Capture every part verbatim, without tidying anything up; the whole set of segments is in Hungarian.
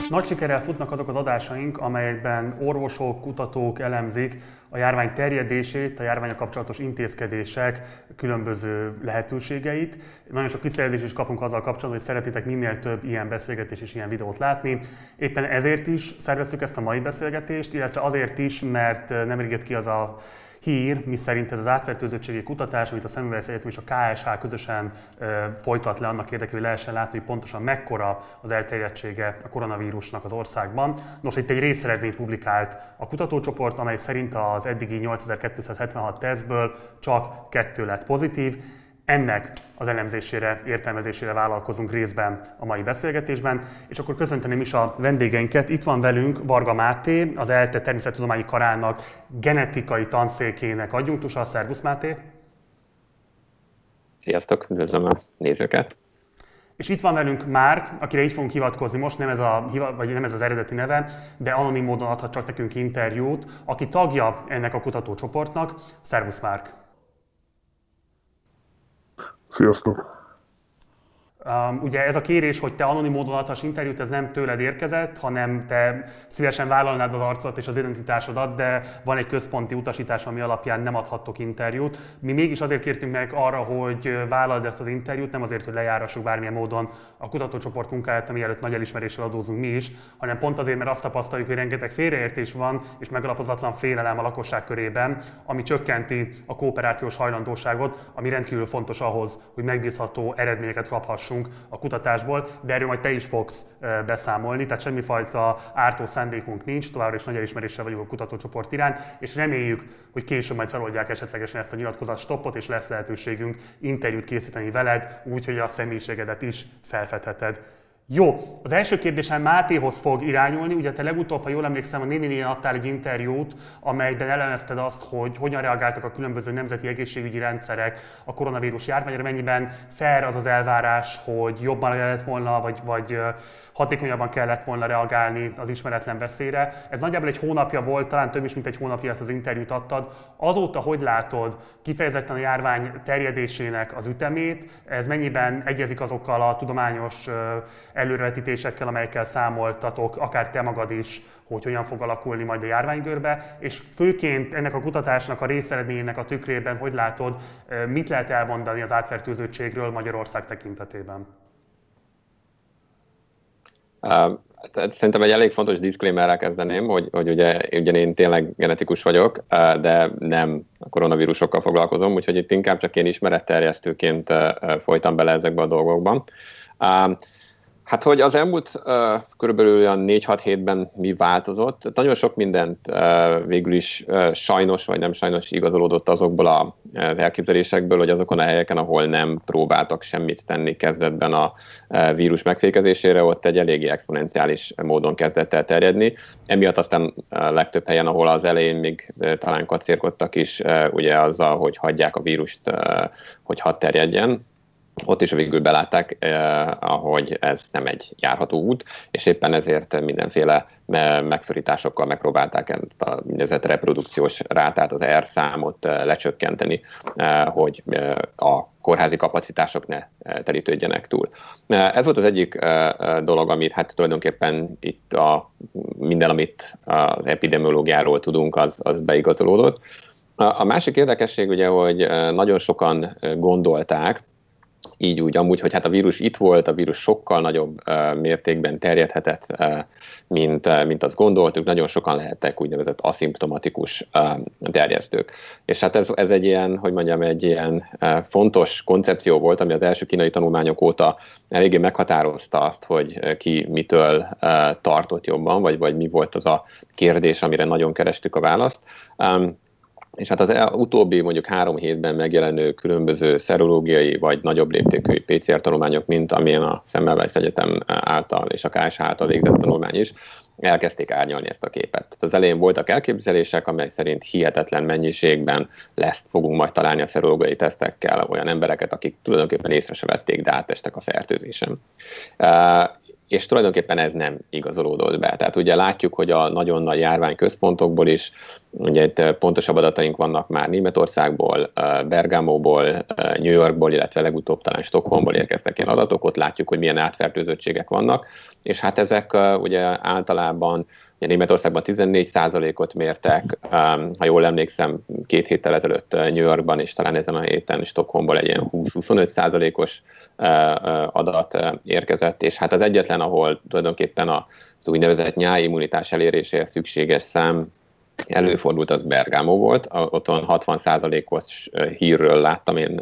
Nagy sikerrel futnak azok az adásaink, amelyekben orvosok, kutatók elemzik a járvány terjedését, a járvánnyal kapcsolatos intézkedések különböző lehetőségeit. Nagyon sok visszajelzést is kapunk azzal kapcsolatban, hogy szeretitek minél több ilyen beszélgetés és ilyen videót látni. Éppen ezért is szerveztük ezt a mai beszélgetést, illetve azért is, mert nemrég jött ki az a hír, miszerint ez az átfertőzöttségi kutatás, amit a Semmelweis Egyetem és a ká es há közösen ö, folytat le annak érdekében, hogy lehessen látni, hogy pontosan mekkora az elterjedtsége a koronavírusnak az országban. Nos, itt egy részeredményt publikált a kutatócsoport, amely szerint az eddigi nyolcezer-kétszázhetvenhat tesztből csak kettő lett pozitív. Ennek az elemzésére, értelmezésére vállalkozunk részben a mai beszélgetésben, és akkor köszönteném is a vendégeinket. Itt van velünk Varga Máté, az ELTE Természettudományi Karának genetikai tanszékének adjunktusa. Szervusz Máté! Sziasztok, üdvözlöm a nézőket! És itt van velünk Márk, akire így fogunk hivatkozni most, nem ez, a, vagy nem ez az eredeti neve, de anonim módon adhat csak nekünk interjút, aki tagja ennek a kutatócsoportnak. Szervusz Márk! Sziasztok! Um, ugye ez a kérés, hogy te anonim módon adhass interjút, ez nem tőled érkezett, hanem te szívesen vállalnád az arcot és az identitásodat, de van egy központi utasítás, ami alapján nem adhattok interjút. Mi mégis azért kértünk meg arra, hogy vállald ezt az interjút, nem azért, hogy lejárassuk bármilyen módon a kutatócsoport munkáját, mielőtt nagy elismeréssel adózunk mi is, hanem pont azért, mert azt tapasztaljuk, hogy rengeteg félreértés van és megalapozatlan félelem a lakosság körében, ami csökkenti a kooperációs hajlandóságot, ami rendkívül fontos ahhoz, hogy megbízható eredményeket kaphassunk a kutatásból, de erről majd te is fogsz beszámolni, tehát semmifajta ártó szándékunk nincs, továbbra is nagy elismeréssel vagyunk a kutatócsoport iránt, és reméljük, hogy később majd feloldják esetlegesen ezt a nyilatkozat stoppot, és lesz lehetőségünk interjút készíteni veled, úgyhogy a személyiségedet is felfedheted. Jó, az első kérdésem Mátéhoz fog irányulni. Ugye te legutóbb, ha jól emlékszem, a néninél adtál egy interjút, amelyben elemezted azt, hogy hogyan reagáltak a különböző nemzeti egészségügyi rendszerek a koronavírus járványra, mennyiben fair az az elvárás, hogy jobban kellett volna, vagy, vagy hatékonyabban kellett volna reagálni az ismeretlen veszélyre. Ez nagyjából egy hónapja volt, talán több is, mint egy hónapja ezt az interjút adtad. Azóta hogy látod kifejezetten a járvány terjedésének az ütemét? Ez mennyiben egyezik azokkal a tudományos előrevetítésekkel, amelyekkel számoltatok, akár te magad is, hogy hogyan fog alakulni majd a járványgörbe, és főként ennek a kutatásnak a részeredményének a tükrében, hogy látod, mit lehet elmondani az átfertőzöttségről Magyarország tekintetében? Uh, szerintem egy elég fontos disclaimerrel kezdeném, hogy, hogy ugye, ugye én tényleg genetikus vagyok, uh, de nem a koronavírusokkal foglalkozom, úgyhogy itt inkább csak én ismeretterjesztőként uh, folytam bele ezekbe a dolgokban. Uh, Hát, hogy az elmúlt uh, körülbelül olyan négy-hat hétben mi változott, nagyon sok mindent uh, végül is uh, sajnos vagy nem sajnos igazolódott azokból a, az elképzelésekből, hogy azokon a helyeken, ahol nem próbáltak semmit tenni kezdetben a uh, vírus megfékezésére, ott egy eléggé exponenciális módon kezdett el terjedni. Emiatt aztán uh, legtöbb helyen, ahol az elején még uh, talán kacérkodtak is, uh, ugye azzal, hogy hagyják a vírust, uh, hogy hadd terjedjen, ott is végül belátták, eh, ahogy ez nem egy járható út, és éppen ezért mindenféle megszorításokkal megpróbálták ezt a mindezett reprodukciós rátát, az er számot eh, lecsökkenteni, eh, hogy eh, a kórházi kapacitások ne eh, telítődjenek túl. Eh, ez volt az egyik eh, dolog, amit hát tulajdonképpen itt a, minden, amit az epidemiológiáról tudunk, az, az beigazolódott. A, a másik érdekesség ugye, hogy eh, nagyon sokan gondolták, így úgy amúgy, hogy hát a vírus itt volt, a vírus sokkal nagyobb uh, mértékben terjedhetett, uh, mint, uh, mint azt gondoltuk, nagyon sokan lehettek úgynevezett aszimtomatikus uh, terjesztők. És hát ez, ez egy ilyen, hogy mondjam, egy ilyen uh, fontos koncepció volt, ami az első kínai tanulmányok óta eléggé meghatározta azt, hogy uh, ki mitől uh, tartott jobban, vagy, vagy mi volt az a kérdés, amire nagyon kerestük a választ. Um, És hát az utóbbi mondjuk három hétben megjelenő különböző szerológiai vagy nagyobb léptékű pé cé er tanulmányok, mint amilyen a Semmelweis Egyetem által és a ká es há által végzett tanulmány is, elkezdték árnyalni ezt a képet. Az elején voltak elképzelések, amely szerint hihetetlen mennyiségben lesz, fogunk majd találni a szerológiai tesztekkel olyan embereket, akik tulajdonképpen észre se vették, de átestek a fertőzésen. és tulajdonképpen ez nem igazolódott be. Tehát ugye látjuk, hogy a nagyon nagy járványközpontokból is, ugye itt pontosabb adataink vannak már Németországból, Bergamóból, New Yorkból, illetve legutóbb talán Stockholmból érkeztek ilyen adatok, ott látjuk, hogy milyen átfertőzöttségek vannak, és hát ezek ugye általában ugye Németországban tizennégy százalékot mértek, ha jól emlékszem, két héttel ezelőtt New Yorkban, és talán ezen a héten Stockholmból egy ilyen húsz-huszonöt százalékos adat érkezett, és hát az egyetlen, ahol tulajdonképpen az úgynevezett nyári immunitás eléréséhez szükséges szám előfordult, az Bergamo volt, otthon hatvan százalékos hírről láttam én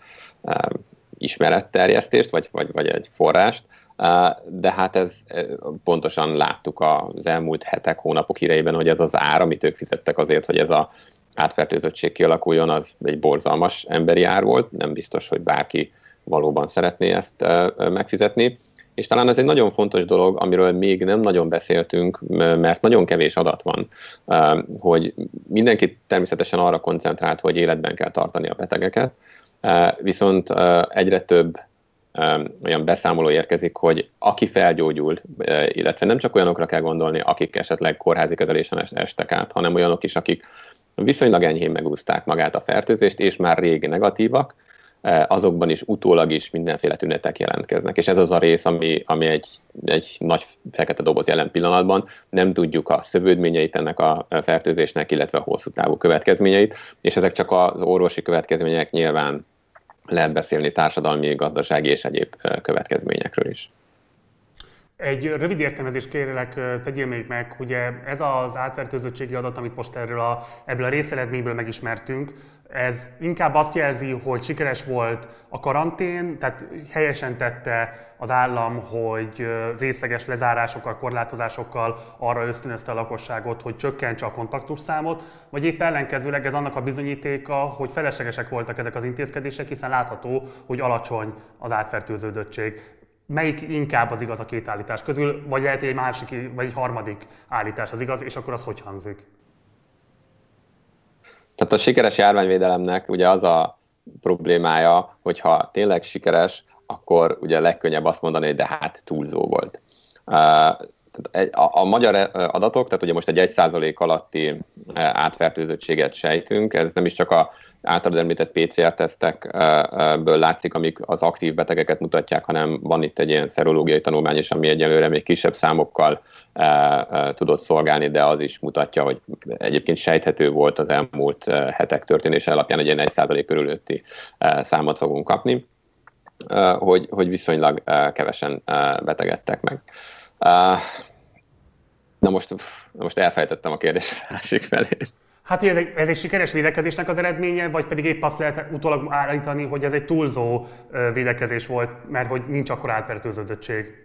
ismeretterjesztést, vagy, vagy, vagy egy forrást, de hát ez pontosan láttuk az elmúlt hetek, hónapok híreiben, hogy ez az ár, amit ők fizettek azért, hogy ez az átfertőzöttség kialakuljon, az egy borzalmas emberi ár volt, nem biztos, hogy bárki valóban szeretné ezt megfizetni. És talán ez egy nagyon fontos dolog, amiről még nem nagyon beszéltünk, mert nagyon kevés adat van, hogy mindenki természetesen arra koncentrált, hogy életben kell tartani a betegeket, viszont egyre több olyan beszámoló érkezik, hogy aki felgyógyult, illetve nem csak olyanokra kell gondolni, akik esetleg kórházi kezelésen estek át, hanem olyanok is, akik viszonylag enyhén megúszták magát a fertőzést, és már rég negatívak, azokban is utólag is mindenféle tünetek jelentkeznek. És ez az a rész, ami, ami egy, egy nagy fekete doboz jelen pillanatban. Nem tudjuk a szövődményeit ennek a fertőzésnek, illetve a hosszú távú következményeit, és ezek csak az orvosi következmények, nyilván lehet beszélni társadalmi, gazdasági és egyéb következményekről is. Egy rövid értelmezést kérlek, tegyél még meg, ugye ez az átfertőzöttségi adat, amit most erről a, ebből a részeredményből megismertünk, ez inkább azt jelzi, hogy sikeres volt a karantén, tehát helyesen tette az állam, hogy részleges lezárásokkal, korlátozásokkal arra ösztönözte a lakosságot, hogy csökkentse a kontaktusszámot, vagy épp ellenkezőleg ez annak a bizonyítéka, hogy feleslegesek voltak ezek az intézkedések, hiszen látható, hogy alacsony az átfertőződöttség. Melyik inkább az igaz a két állítás közül, vagy lehet, hogy egy másik, vagy egy harmadik állítás az igaz, és akkor az hogy hangzik? Tehát a sikeres járványvédelemnek ugye az a problémája, hogyha tényleg sikeres, akkor ugye legkönnyebb azt mondani, hogy de hát túlzó volt. A, a magyar adatok, tehát ugye most egy egy százalék alatti átfertőzöttséget sejtünk, ez nem is csak a általad említett pé cé er-tesztekből látszik, amik az aktív betegeket mutatják, hanem van itt egy ilyen szerológiai tanulmány is, ami egyelőre még kisebb számokkal e, e, tudott szolgálni, de az is mutatja, hogy egyébként sejthető volt az elmúlt hetek történése alapján, egy ilyen egy százalék körülötti e, számot fogunk kapni, e, hogy, hogy viszonylag e, kevesen e, betegedtek meg. E, na most, most elfejtettem a kérdés másik felé. Hát, hogy ez egy, ez egy sikeres védekezésnek az eredménye, vagy pedig épp azt lehet utólag állítani, hogy ez egy túlzó védekezés volt, mert hogy nincs akkor átfertőzöttség.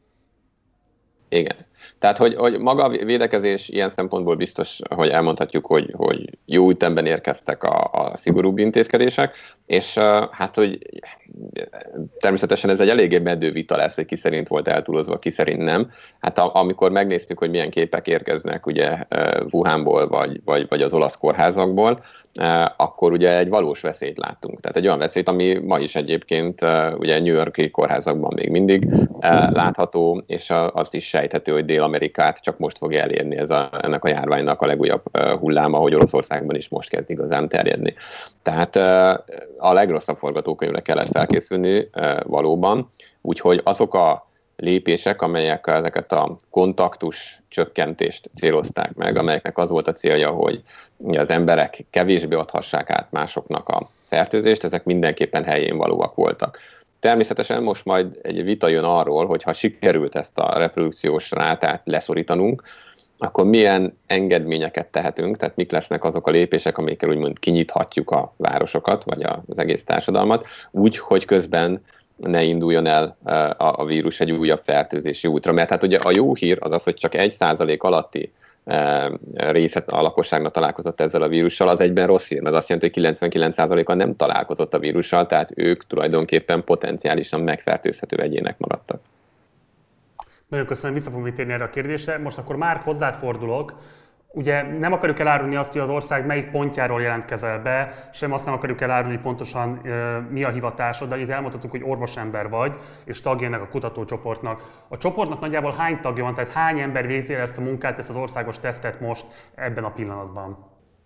Igen. Tehát, hogy, hogy maga a védekezés ilyen szempontból biztos, hogy elmondhatjuk, hogy, hogy jó ütemben érkeztek a, a szigorúbb intézkedések, és hát, hogy természetesen ez egy eléggé medő vita lesz, hogy ki szerint volt eltúlozva, ki szerint nem. Hát a, amikor megnéztük, hogy milyen képek érkeznek ugye Wuhanból, vagy, vagy, vagy az olasz kórházakból, akkor ugye egy valós veszélyt láttunk. Tehát egy olyan veszélyt, ami ma is egyébként ugye New York-i kórházakban még mindig látható, és azt is sejthető, hogy Dél-Amerikát csak most fog elérni ez a, ennek a járványnak a legújabb hulláma, hogy Oroszországban is most kezd igazán terjedni. Tehát a legrosszabb forgatókönyvre kellett felkészülni valóban, úgyhogy azok a lépések, amelyek ezeket a kontaktus csökkentést célozták meg, amelyeknek az volt a célja, hogy az emberek kevésbé adhassák át másoknak a fertőzést, ezek mindenképpen helyén valóak voltak. Természetesen most majd egy vita jön arról, hogy ha sikerült ezt a reprodukciós rátát leszorítanunk, akkor milyen engedményeket tehetünk, tehát mik lesznek azok a lépések, amikkel úgymond kinyithatjuk a városokat, vagy az egész társadalmat, úgy, hogy közben ne induljon el a vírus egy újabb fertőzési útra. Mert hát ugye a jó hír az az, hogy csak egy százalék alatti része a lakosságnak találkozott ezzel a vírussal, az egyben rossz hír, mert azt jelenti, hogy kilencvenkilenc százaléka nem találkozott a vírussal, tehát ők tulajdonképpen potenciálisan megfertőzhető egyének maradtak. Nagyon köszönöm, vissza fogunk térni erre a kérdésre. Most akkor már hozzád fordulok. Ugye nem akarjuk elárulni azt, hogy az ország melyik pontjáról jelentkezel be, sem azt nem akarjuk elárulni pontosan mi a hivatásod, de itt elmondhatunk, hogy orvosember vagy, és tagja ennek a kutatócsoportnak. A csoportnak nagyjából hány tagja van, tehát hány ember végzi el ezt a munkát, ezt az országos tesztet most ebben a pillanatban?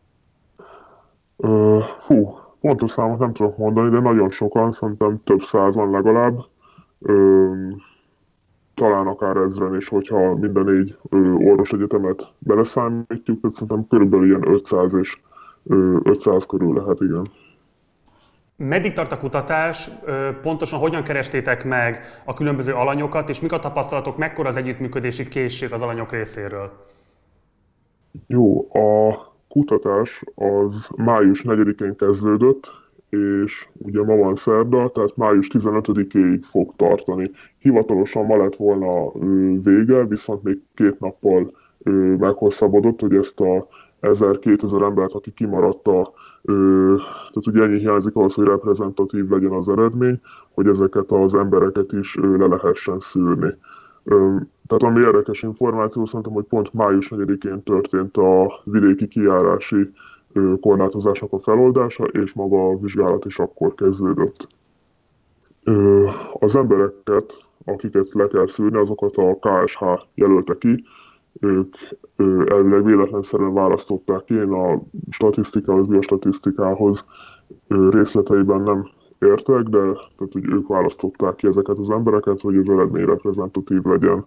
Uh, hú, pontos számot nem tudok mondani, de nagyon sokan, szerintem több százan legalább. Uh, talán akár ezren is, hogyha minden négy orvosegyetemet beleszámítjuk, tehát szerintem körülbelül ilyen ötszáz és ötszáz körül lehet, igen. Meddig tart a kutatás? Pontosan hogyan kerestétek meg a különböző alanyokat, és mik a tapasztalatok, mekkora az együttműködési készség az alanyok részéről? Jó, a kutatás az május negyedikén kezdődött, és ugye ma van szerda, tehát május tizenötödikéig fog tartani. Hivatalosan ma lett volna vége, viszont még két nappal meghosszabbodott, hogy ezt a ezer-kétezer embert, aki kimaradt a, tehát ugye ennyi hiányzik ahhoz, hogy reprezentatív legyen az eredmény, hogy ezeket az embereket is le lehessen szűrni. Tehát ami érdekes információ, szerintem, hogy pont május negyedikén történt a vidéki kijárási korlátozásnak a feloldása, és maga a vizsgálat is akkor kezdődött. Az embereket, akiket le kell szűrni, azokat a ká es há jelölte ki, ők elvileg véletlenszerűen választották ki, én a statisztikához, biostatisztikához részleteiben nem értek, de tehát, hogy ők választották ki ezeket az embereket, hogy az eredmény reprezentatív legyen.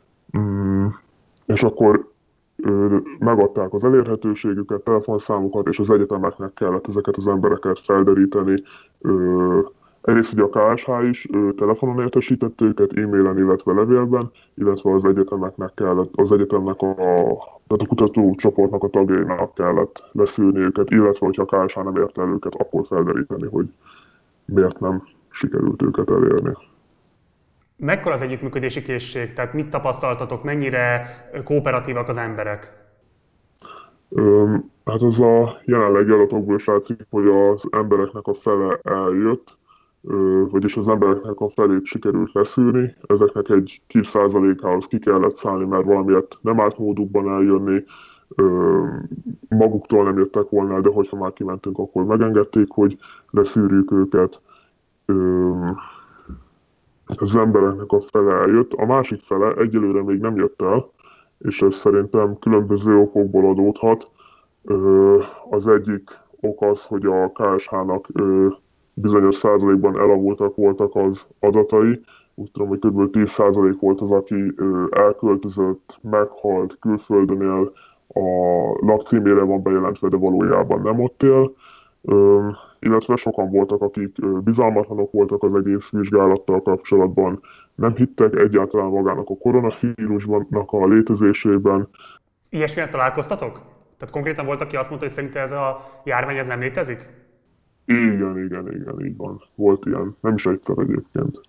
És akkor megadták az elérhetőségüket, telefonszámukat, és az egyetemeknek kellett ezeket az embereket felderíteni. Egyrészt ugye a ká es há is telefonon értesített őket, e-mailen, illetve levélben, illetve az egyetemeknek kellett, az egyetemnek a, tehát a kutatócsoportnak a tagjainak kellett leszűrni őket, illetve hogyha a ká es há nem érte el őket, akkor felderíteni, hogy miért nem sikerült őket elérni. Mekkora az együttműködési készség? Tehát mit tapasztaltatok, mennyire kooperatívak az emberek? Öm, hát az a jelenlegi adatokból is látszik, hogy az embereknek a fele eljött, ö, vagyis az embereknek a felét sikerült leszűrni. Ezeknek egy kis százalékához ki kellett szállni, mert valamiért nem állt módukban eljönni, ö, maguktól nem jöttek volna el, de hogyha már kimentünk, akkor megengedték, hogy leszűrjük őket. Ö, az embereknek a fele eljött, a másik fele egyelőre még nem jött el, és ez szerintem különböző okokból adódhat. Az egyik ok az, hogy a ká es há-nak bizonyos százalékban elavultak voltak az adatai. Úgy tudom, hogy kb. tíz százalék volt az, aki elköltözött, meghalt, külföldön él, a lakcímére van bejelentve, de valójában nem ott él. Illetve sokan voltak, akik bizalmatlanok voltak az egész vizsgálattal kapcsolatban, nem hittek egyáltalán magának a koronavírusnak a létezésében. Ilyesmire találkoztatok? Tehát konkrétan volt, aki azt mondta, hogy szerinte ez a járvány ez nem létezik? Igen, igen, igen, így van. Volt ilyen, nem is egyszer egyébként.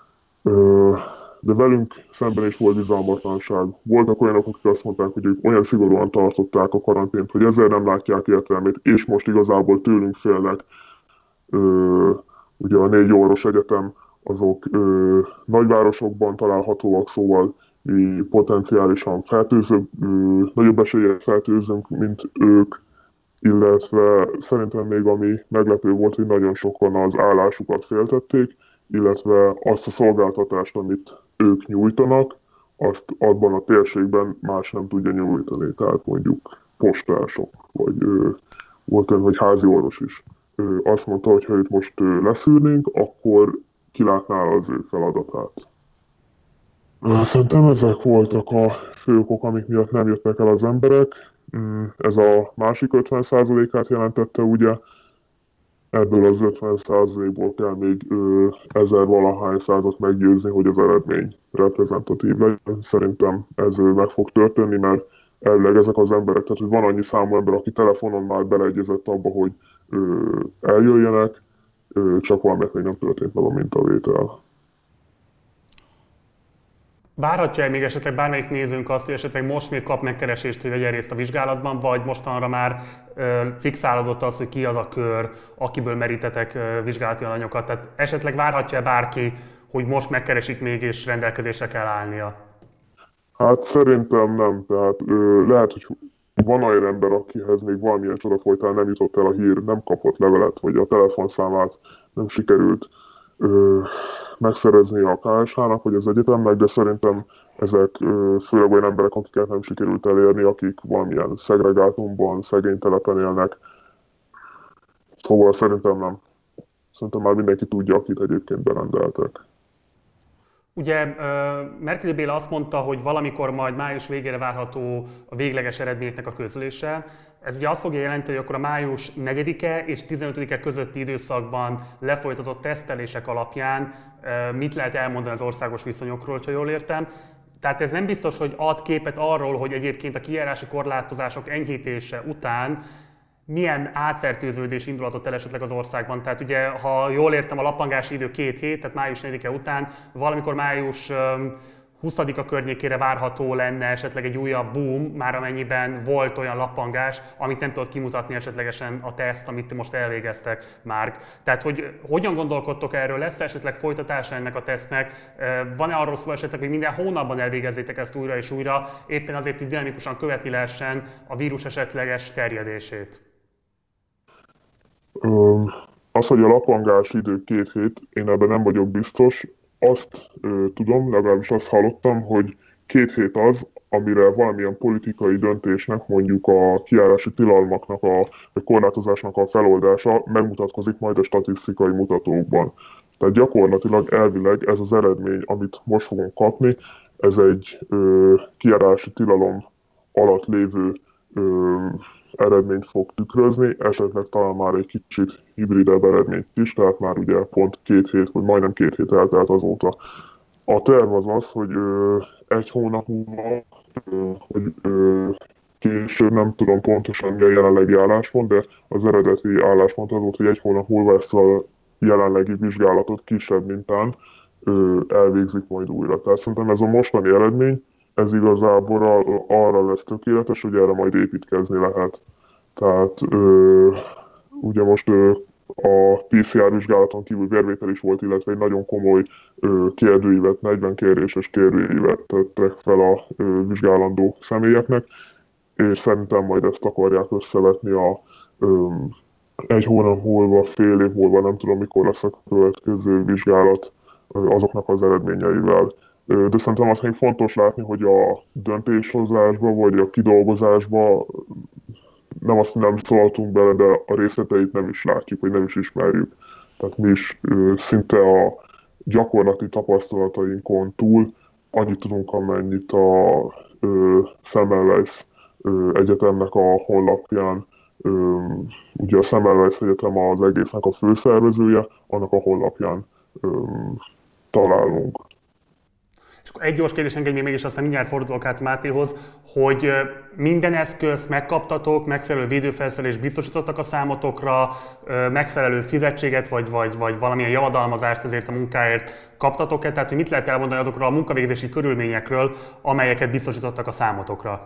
De velünk szemben is volt bizalmatlanság. Voltak olyanok, akik azt mondták, hogy ők olyan szigorúan tartották a karantént, hogy ezzel nem látják értelmét, és most igazából tőlünk félnek. Ugye a négy orvos egyetem azok nagyvárosokban találhatóak, szóval mi potenciálisan fertőző, nagyobb eséllyel fertőzünk, mint ők, illetve szerintem még ami meglepő volt, hogy nagyon sokan az állásukat féltették, illetve azt a szolgáltatást, amit ők nyújtanak, azt abban a térségben más nem tudja nyújtani, tehát mondjuk postások, vagy ö, volt olyan, hogy házi orvos is. Ö, azt mondta, hogy ha őt most ö, leszűrnénk, akkor kilátná az ő feladatát. Szerintem ezek voltak a fő okok, amik miatt nem jöttek el az emberek. Ez a másik ötven százalékát jelentette, ugye, ebből az ötven százalékból kell még ezer valahány százat meggyőzni, hogy az eredmény reprezentatív legyen. Szerintem ez meg fog történni, mert elvileg ezek az emberek, tehát hogy van annyi számú ember, aki telefonon már beleegyezett abba, hogy ö, eljöjjenek, ö, csak valamiért még nem történt meg a mintavétel. Várhatja-e még esetleg bármelyik nézőnk azt, hogy esetleg most még kap megkeresést, hogy vegyen részt a vizsgálatban, vagy mostanra már ö, fixálódott az, hogy ki az a kör, akiből merítetek ö, vizsgálati alanyokat? Tehát esetleg várhatja-e bárki, hogy most megkeresik még és rendelkezésre kell állnia? Hát szerintem nem. Tehát ö, lehet, hogy van olyan ember, akihez még valamilyen csoda folytán nem jutott el a hír, nem kapott levelet, vagy a telefonszámát nem sikerült ö, megszerezni a ká es há-nak, vagy az egyetemnek, de szerintem ezek ö, főleg olyan emberek, akiket nem sikerült elérni, akik valamilyen szegregátumban, szegény telepen élnek. Szóval szerintem nem. Szerintem már mindenki tudja, akit egyébként berendeltek. Ugye Merkely Béla azt mondta, hogy valamikor majd május végére várható a végleges eredményeknek a közlése. Ez ugye azt fogja jelenteni, hogy akkor a május negyedike és tizenötödike közötti időszakban lefolytatott tesztelések alapján mit lehet elmondani az országos viszonyokról, ha jól értem. Tehát ez nem biztos, hogy ad képet arról, hogy egyébként a kijárási korlátozások enyhítése után milyen átfertőződés indulhatott el esetleg az országban. Tehát ugye, ha jól értem, a lappangási idő két hét, tehát május negyedike után valamikor május huszadika környékére várható lenne esetleg egy újabb boom, már amennyiben volt olyan lappangás, amit nem tudott kimutatni esetlegesen a teszt, amit most elvégeztek már. Tehát, hogy hogyan gondolkodtok erről? Lesz esetleg folytatása ennek a tesztnek? Van-e arról szó esetleg, hogy minden hónapban elvégezzétek ezt újra és újra, éppen azért, hogy dinamikusan követni lehessen a vírus esetleges terjedését? Az, hogy a lappangás idő két hét, én ebben nem vagyok biztos. Azt ö, tudom, legalábbis azt hallottam, hogy két hét az, amire valamilyen politikai döntésnek, mondjuk a kijárási tilalmaknak, a, a korlátozásnak a feloldása megmutatkozik majd a statisztikai mutatókban. Tehát gyakorlatilag elvileg ez az eredmény, amit most fogunk kapni, ez egy ö, kijárási tilalom alatt lévő ö, eredményt fog tükrözni, esetleg talán már egy kicsit hibridebb eredményt is, tehát már ugye pont két hét, vagy majdnem két hét eltelt azóta. A terv az az, hogy ö, egy hónap múlva, ö, vagy ö, később, nem tudom pontosan mi a jelenlegi álláspont, de az eredeti álláspont az volt, hogy egy hónap múlva ezt a jelenlegi vizsgálatot kisebb mintán ö, elvégzik majd újra. Tehát szerintem ez a mostani eredmény, ez igazából arra lesz tökéletes, hogy erre majd építkezni lehet. Tehát ö, ugye most ö, a pé cé er vizsgálaton kívül vérvétel is volt, illetve egy nagyon komoly ö, kérdőívet, negyven kérdéses kérdőívet tettek fel a ö, vizsgálandó személyeknek, és szerintem majd ezt akarják összevetni a ö, egy hónap múlva, fél év múlva, nem tudom mikor lesz a következő vizsgálat ö, azoknak az eredményeivel. De szerintem azt még fontos látni, hogy a döntéshozásba vagy a kidolgozásba nem azt nem szóltunk bele, de a részleteit nem is látjuk, vagy nem is ismerjük. Tehát mi is ö, szinte a gyakorlati tapasztalatainkon túl annyit tudunk, amennyit a ö, Semmelweis ö, Egyetemnek a honlapján, ö, ugye a Semmelweis Egyetem az egésznek a főszervezője, annak a honlapján ö, találunk. És akkor egy gyors kérdés engedj még mégis, aztán mindjárt fordulok át Mátéhoz, hogy minden eszközt megkaptatok, megfelelő védőfelszerelést biztosítottak a számotokra, megfelelő fizetséget vagy, vagy, vagy valamilyen javadalmazást ezért a munkáért kaptatok-e? Tehát, hogy mit lehet elmondani azokról a munkavégzési körülményekről, amelyeket biztosítottak a számotokra?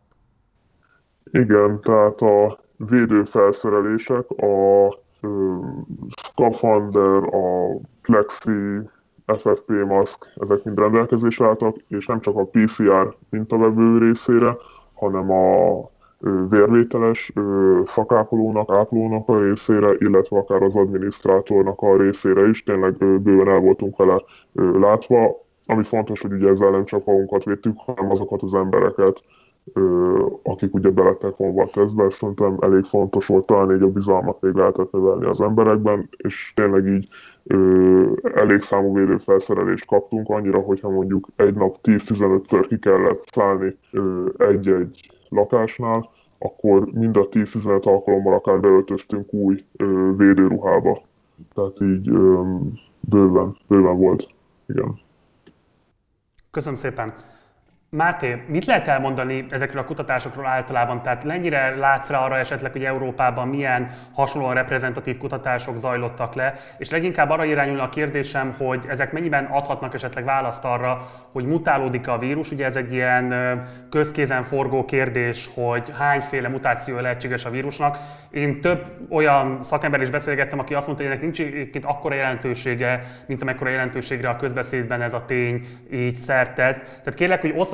Igen, tehát a védőfelszerelések, a szkafander, a plexi, ef ef pé maszk, ezek mind rendelkezésre álltak, és nem csak a pé cé er mintavevő részére, hanem a vérvételes szakápolónak, ápolónak a részére, illetve akár az adminisztrátornak a részére is, tényleg bőven el voltunk vele látva. Ami fontos, hogy ugye ezzel nem csak magunkat védtük, hanem azokat az embereket, akik ugye belettek vonva a tesztbe, szerintem elég fontos volt, talán így a bizalmat még lehetett növelni az emberekben, és tényleg így ö, elég számú védőfelszerelést kaptunk, annyira, hogyha mondjuk egy nap tíz-tizenötször ki kellett szállni ö, egy-egy lakásnál, akkor mind a tíz-tizenöt alkalommal akár beöltöztünk új ö, védőruhába. Tehát így ö, bőven, bőven volt. Igen. Köszönöm szépen. Máté, mit lehet elmondani ezekről a kutatásokról általában? Tehát mennyire látsz rá arra esetleg, hogy Európában milyen hasonlóan reprezentatív kutatások zajlottak le, és leginkább arra irányul a kérdésem, hogy ezek mennyiben adhatnak esetleg választ arra, hogy mutálódik a vírus. Ugye ez egy ilyen közkézen forgó kérdés, hogy hányféle mutációja lehetséges a vírusnak. Én több olyan szakember is beszélgettem, aki azt mondta, hogy ennek nincs egyébként akkora jelentősége, mint amekkora jelentőségre a közbeszédben ez a tény így szert tett. Tehát kérlek, hogy oszd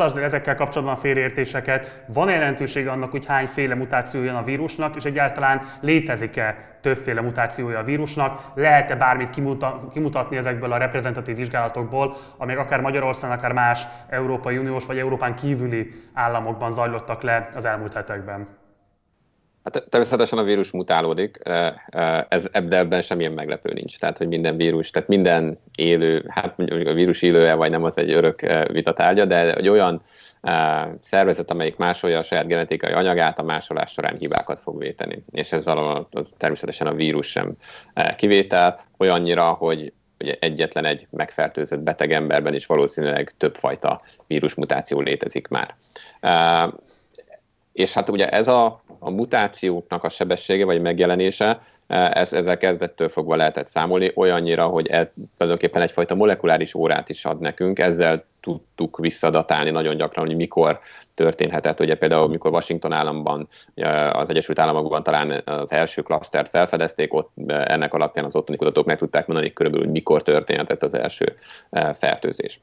osztasd el ezekkel kapcsolatban a félreértéseket. Van jelentősége annak, hogy hányféle mutációja van a vírusnak, és egyáltalán létezik-e többféle mutációja a vírusnak? Lehet-e bármit kimutatni ezekből a reprezentatív vizsgálatokból, amelyek akár Magyarországon, akár más Európai Uniós vagy Európán kívüli államokban zajlottak le az elmúlt hetekben? Hát természetesen a vírus mutálódik, ez, de ebben semmilyen meglepő nincs. Tehát, hogy minden vírus, tehát minden élő, hát mondjuk a vírus élője vagy nem, az egy örök vitatárgya, de egy olyan szervezet, amelyik másolja a saját genetikai anyagát, a másolás során hibákat fog véteni. És ez valóban természetesen a vírus sem kivétel, olyannyira, hogy ugye egyetlen egy megfertőzött beteg emberben is valószínűleg többfajta vírusmutáció létezik már. És hát ugye ez a, a mutációknak a sebessége vagy megjelenése, ez, ezzel kezdettől fogva lehetett számolni, olyannyira, hogy ez tulajdonképpen egyfajta molekuláris órát is ad nekünk, ezzel tudtuk visszadatálni nagyon gyakran, hogy mikor történhetett. Ugye például, mikor Washington államban, az Egyesült Államokban talán az első klasztert felfedezték, ott ennek alapján az ottani kutatók meg tudták mondani körülbelül, hogy mikor történhetett az első fertőzés.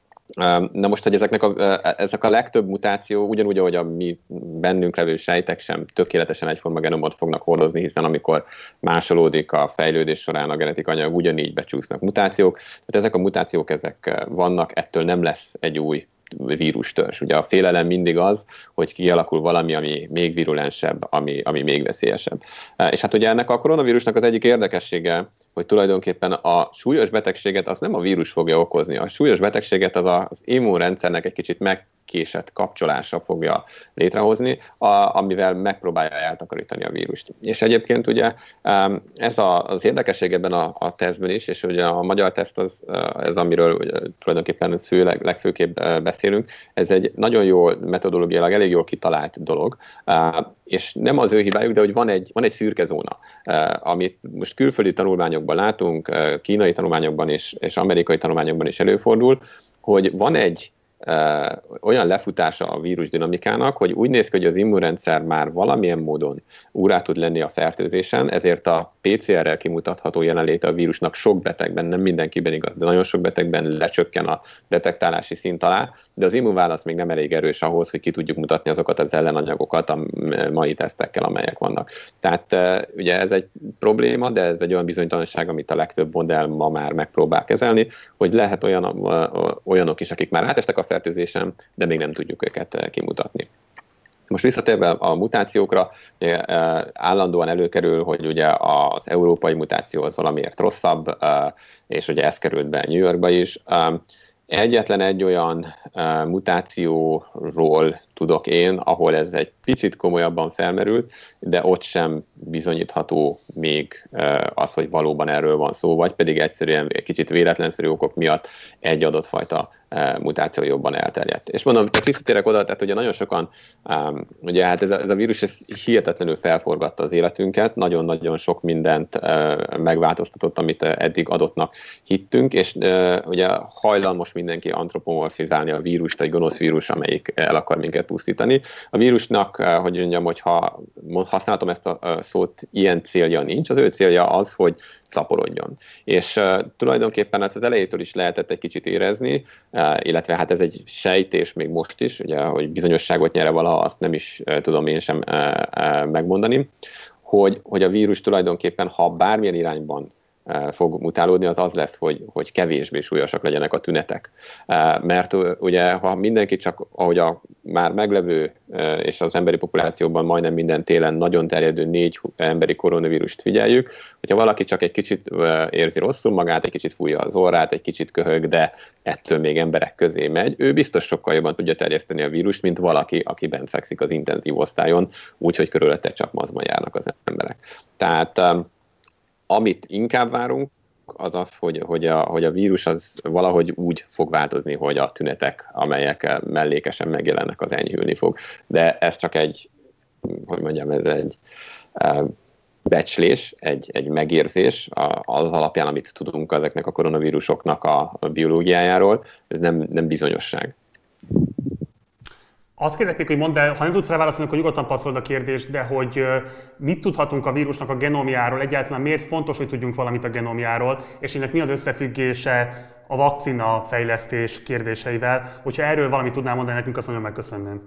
Na most, hogy ezeknek a, ezek a legtöbb mutáció, ugyanúgy, ahogy a mi bennünk levő sejtek sem tökéletesen egyforma genomot fognak hordozni, hiszen amikor másolódik a fejlődés során a genetikai anyag, ugyanígy becsúsznak mutációk. Tehát ezek a mutációk, ezek vannak, ettől nem lesz egy új vírustörzs. Ugye a félelem mindig az, hogy kialakul valami, ami még virulensebb, ami, ami még veszélyesebb. És hát ugye ennek a koronavírusnak az egyik érdekessége, hogy tulajdonképpen a súlyos betegséget az nem a vírus fogja okozni. A súlyos betegséget az az immunrendszernek egy kicsit megkésett kapcsolása fogja létrehozni, a, amivel megpróbálja eltakarítani a vírust. És egyébként ugye ez a, az érdekesség ebben a, a tesztben is, és ugye a magyar teszt az, ez amiről ugye, tulajdonképpen főleg, legfőképp beszélünk, ez egy nagyon jól metodológiailag elég jól kitalált dolog, és nem az ő hibájuk, de hogy van egy, van egy szürke zóna, amit most külföldi tanulmányokban látunk, kínai tanulmányokban és, és amerikai tanulmányokban is előfordul, hogy van egy ö, olyan lefutása a vírus dinamikának, hogy úgy néz ki, hogy az immunrendszer már valamilyen módon úrá tud lenni a fertőzésen, ezért a pé cé er-rel kimutatható jelenléte a vírusnak sok betegben, nem mindenkiben igaz, de nagyon sok betegben lecsökken a detektálási szint alá, de az immunválasz még nem elég erős ahhoz, hogy ki tudjuk mutatni azokat az ellenanyagokat a mai tesztekkel, amelyek vannak. Tehát ugye ez egy probléma, de ez egy olyan bizonytalanság, amit a legtöbb modell ma már megpróbál kezelni, hogy lehet olyan, olyanok is, akik már átestek a fertőzésen, de még nem tudjuk őket kimutatni. Most visszatérve a mutációkra, állandóan előkerül, hogy ugye az európai mutáció az valamiért rosszabb, és ugye ez került be New Yorkba is. Egyetlen egy olyan uh, mutációról tudok én, ahol ez egy picit komolyabban felmerült, de ott sem bizonyítható még uh, az, hogy valóban erről van szó, vagy pedig egyszerűen egy kicsit véletlenszerű okok miatt egy adott fajta uh, mutáció jobban elterjedt. És mondom, hogy visszatérek oda, tehát ugye nagyon sokan, um, ugye hát ez a, ez a vírus ez hihetetlenül felforgatta az életünket, nagyon-nagyon sok mindent uh, megváltoztatott, amit uh, eddig adottnak hittünk, és uh, ugye hajlamos mindenki antropomorfizálni a vírust, egy gonosz vírus, amelyik el akar minket pusztítani. A vírusnak, hogy mondjam, hogyha használtam ezt a szót, ilyen célja nincs. Az ő célja az, hogy szaporodjon. És uh, tulajdonképpen ezt az elejétől is lehetett egy kicsit érezni, uh, illetve hát ez egy sejtés még most is, ugye, hogy bizonyosságot nyer valaha, azt nem is uh, tudom én sem uh, uh, megmondani, hogy, hogy a vírus tulajdonképpen, ha bármilyen irányban fog mutálódni, az az lesz, hogy, hogy kevésbé súlyosak legyenek a tünetek. Mert ugye, ha mindenki csak, ahogy a már meglevő és az emberi populációban majdnem minden télen nagyon terjedő négy emberi koronavírust figyeljük, hogyha valaki csak egy kicsit érzi rosszul magát, egy kicsit fújja az orrát, egy kicsit köhög, de ettől még emberek közé megy, ő biztos sokkal jobban tudja terjeszteni a vírust, mint valaki, aki bent fekszik az intenzív osztályon, úgyhogy körülötte csak mazban járnak az emberek. Tehát amit inkább várunk, az az, hogy, hogy, a, hogy a vírus az valahogy úgy fog változni, hogy a tünetek, amelyek mellékesen megjelennek, az enyhülni fog. De ez csak egy, hogy mondjam, ez egy becslés, egy, egy megérzés az alapján, amit tudunk ezeknek a koronavírusoknak a, a biológiájáról, ez nem, nem bizonyosság. Azt kérlek még, hogy mondd el, ha nem tudsz rá válaszolni, akkor nyugodtan passzold a kérdést, de hogy mit tudhatunk a vírusnak a genomjáról, egyáltalán miért fontos, hogy tudjunk valamit a genomjáról, és ennek mi az összefüggése a vakcina fejlesztés kérdéseivel. Hogyha erről valamit tudnál mondani nekünk, azt nagyon megköszönném.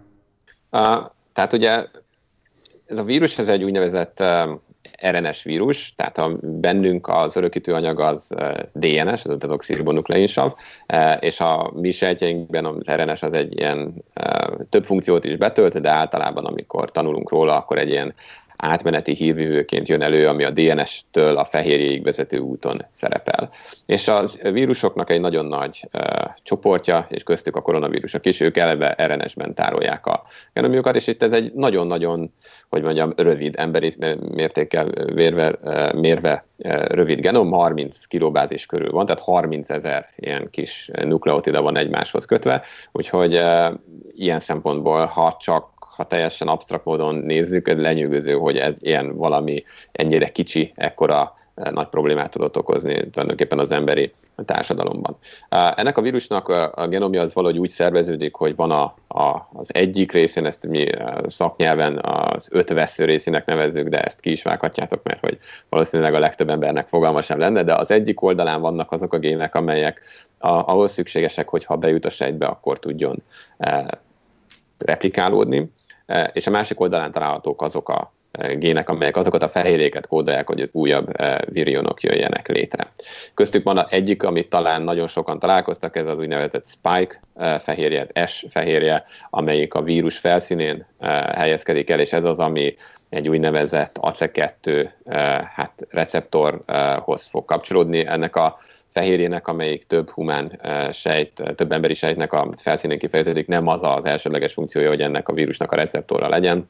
Uh, tehát ugye ez a vírus, ez egy úgynevezett uh, er en es vírus, tehát a, bennünk az örökítő anyag az uh, dé en es, az a deoxiribonukleínsav, uh, és a mi sejtjeinkben az er en es az egy ilyen uh, több funkciót is betölt, de általában amikor tanulunk róla, akkor egy ilyen átmeneti hírvívőként jön elő, ami a dé en es-től a fehérjéig vezető úton szerepel. És a vírusoknak egy nagyon nagy uh, csoportja, és köztük a koronavírusok is, ők eleve er en es-ben tárolják a genomjukat, és itt ez egy nagyon-nagyon, hogy mondjam, rövid emberi mértékkel vérve, uh, mérve uh, rövid genom, harminc kilobázis körül van, tehát harmincezer ilyen kis nukleotida van egymáshoz kötve, úgyhogy uh, ilyen szempontból, ha csak ha teljesen absztrakt módon nézzük, ez lenyűgöző, hogy ez ilyen valami ennyire kicsi, ekkora nagy problémát tudott okozni tulajdonképpen az emberi társadalomban. Ennek a vírusnak a genomja az valahogy úgy szerveződik, hogy van a, a, az egyik részén, ezt mi szaknyelven az öt vesző részének nevezzük, de ezt ki is vághatjátok, mert hogy valószínűleg a legtöbb embernek fogalma sem lenne, de az egyik oldalán vannak azok a gének, amelyek a, ahhoz szükségesek, hogy ha bejut a sejtbe, akkor tudjon e, replikálódni, e, és a másik oldalán találhatók azok a gének, amelyek azokat a fehérjéket kódolják, hogy újabb virionok jöjjenek létre. Köztük van egyik, amit talán nagyon sokan találkoztak, ez az úgynevezett spike fehérje, S fehérje, amelyik a vírus felszínén helyezkedik el, és ez az, ami egy úgynevezett á cé kettő hát receptorhoz fog kapcsolódni. Ennek a fehérjének, amelyik több humán sejt, több emberi sejtnek a felszínén kifejeződik, nem az az elsődleges funkciója, hogy ennek a vírusnak a receptorra legyen,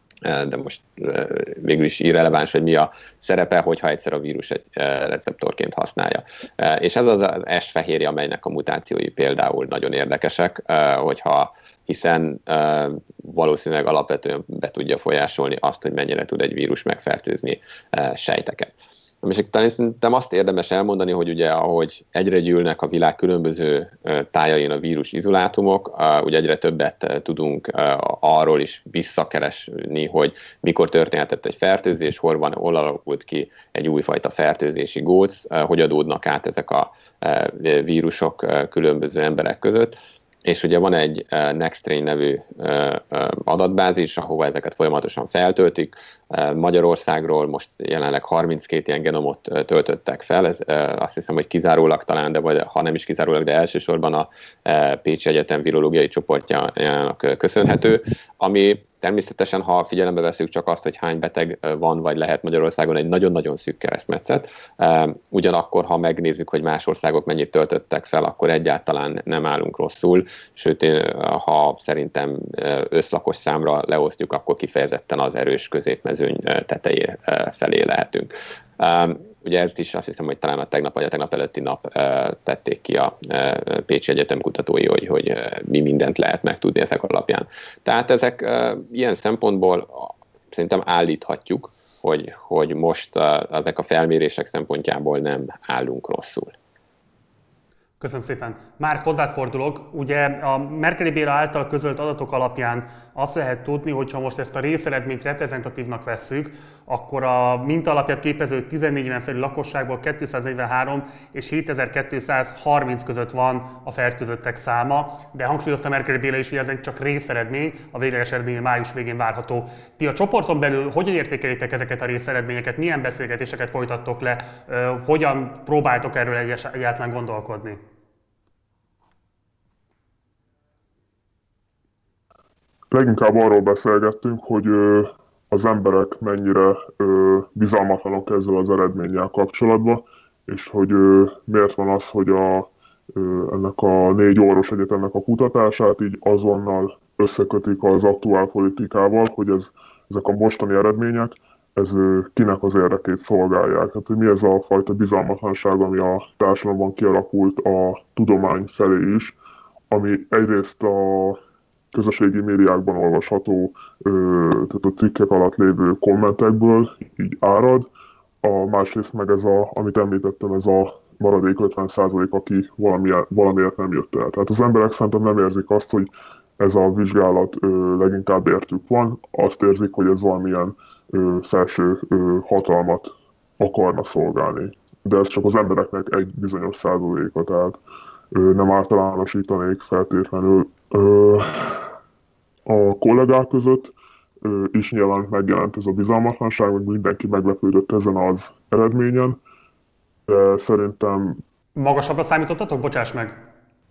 de most végül is irreleváns, hogy mi a szerepe, hogyha egyszer a vírus egy receptorként használja. És ez az az S fehérje, amelynek a mutációi például nagyon érdekesek, hogyha hiszen valószínűleg alapvetően be tudja folyásolni azt, hogy mennyire tud egy vírus megfertőzni sejteket. És szerintem azt érdemes elmondani, hogy ugye ahogy egyre gyűlnek a világ különböző tájain a vírus izolátumok, ugye egyre többet tudunk arról is visszakeresni, hogy mikor történhetett egy fertőzés, hol van, hol alakult ki egy újfajta fertőzési góc, hogy adódnak át ezek a vírusok különböző emberek között. És ugye van egy Nextstrain nevű adatbázis, ahova ezeket folyamatosan feltöltik. Magyarországról most jelenleg harminckét ilyen genomot töltöttek fel, ez azt hiszem, hogy kizárólag talán, de vagy, ha nem is kizárólag, de elsősorban a Pécsi Egyetem virológiai csoportjának köszönhető, ami természetesen, ha figyelembe veszük csak azt, hogy hány beteg van vagy lehet Magyarországon, egy nagyon-nagyon szűk keresztmetszet. Ugyanakkor, ha megnézzük, hogy más országok mennyit töltöttek fel, akkor egyáltalán nem állunk rosszul, sőt, ha szerintem összlakos számra leosztjuk, akkor kifejezetten az erős középmezőny tetejé felé lehetünk. Ugye ezt is azt hiszem, hogy talán a tegnap vagy a tegnap előtti nap tették ki a Pécsi Egyetem kutatói, hogy, hogy mi mindent lehet megtudni ezek alapján. Tehát ezek ilyen szempontból szerintem állíthatjuk, hogy, hogy most ezek a felmérések szempontjából nem állunk rosszul. Köszönöm szépen. Márk, hozzád fordulok. Ugye a Merkeli Béla által közölt adatok alapján azt lehet tudni, hogy ha most ezt a részeredményt reprezentatívnak vesszük, akkor a minta alapját képező tizennégy éven felül lakosságból kétszáznegyvenhárom és hétezer-kétszázharminc között van a fertőzöttek száma, de hangsúlyozta Merkeli Béla is, hogy ez csak részeredmény, a végleges eredmény május végén várható. Ti a csoporton belül hogyan értékelitek ezeket a részeredményeket, milyen beszélgetéseket folytattok le, hogyan próbáltok erről egyáltalán gondolkodni? Leginkább arról beszélgettünk, hogy ö, az emberek mennyire ö, bizalmatlanok ezzel az eredménnyel kapcsolatban, és hogy ö, miért van az, hogy a, ö, ennek a négy orvos egyetemnek a kutatását így azonnal összekötik az aktuál politikával, hogy ez, ezek a mostani eredmények, ez ö, kinek az érdekét szolgálják. Hát, hogy mi ez a fajta bizalmatlanság, ami a társadalomban kialakult a tudomány felé is, ami egyrészt a közösségi médiákban olvasható, tehát a cikkek alatt lévő kommentekből így árad. A másrészt meg ez a, amit említettem, ez a maradék ötven százalék, aki valamiért, valamiért nem jött el. Tehát az emberek szerintem nem érzik azt, hogy ez a vizsgálat ö, leginkább értük van, azt érzik, hogy ez valamilyen ö, felső ö, hatalmat akarna szolgálni. de ez csak az embereknek egy bizonyos százaléka, tehát ö, nem általánosítanék feltétlenül. Ö, a kollégák között ö, is nyilván megjelent ez a bizalmatlanság, hogy mindenki meglepődött ezen az eredményen, de szerintem Magasabbra számítottatok? Bocsáss meg.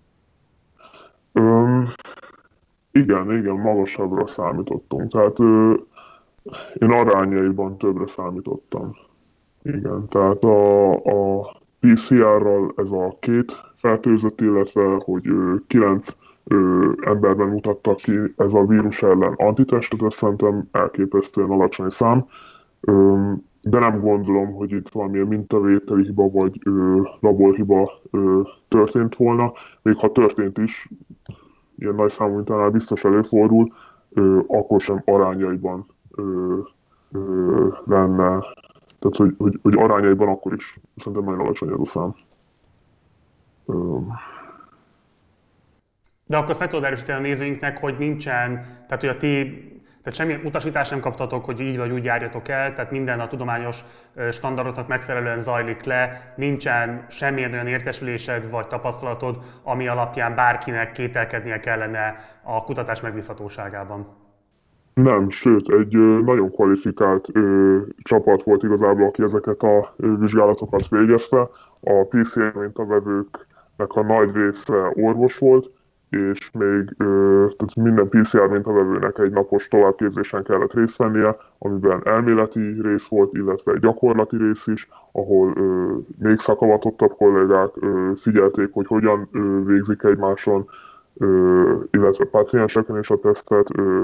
ö, igen, igen, magasabbra számítottunk, tehát ö, én arányaiban többre számítottam. Igen, tehát a, a pé cé er-ral ez a két fertőzött, illetve hogy ö, kilenc ö, emberben mutattak ki ez a vírus ellen antitestet, ez szerintem elképesztően alacsony szám. Ö, de nem gondolom, hogy itt valamilyen mintavételi hiba vagy ö, laborhiba ö, történt volna. Még ha történt is, ilyen nagy számú mintánál biztos előfordul, ö, akkor sem arányaiban ö, ö, lenne. Tehát, hogy, hogy, hogy arányaiban akkor is szerintem nagyon alacsony ez a szám. Ö, De akkor azt meg tudod erősíteni a nézőinknek, hogy nincsen, tehát hogy a ti, tehát semmilyen utasítást nem kaptatok, hogy így vagy úgy járjatok el, tehát minden a tudományos ö, standardoknak megfelelően zajlik le, nincsen semmilyen olyan értesülésed vagy tapasztalatod, ami alapján bárkinek kételkednie kellene a kutatás megbízhatóságában. Nem, sőt, egy ö, nagyon kvalifikált ö, csapat volt igazából, aki ezeket a ö, vizsgálatokat végezte. A pé cé er mintavevőknek a nagy része orvos volt, és még ö, tehát minden pé cé er mintavevőnek egy napos továbbképzésen kellett részt vennie, amiben elméleti rész volt, illetve egy gyakorlati rész is, ahol ö, még szakavatottabb kollégák ö, figyelték, hogy hogyan ö, végzik egymáson, ö, illetve pácienseken is a tesztet. Ö,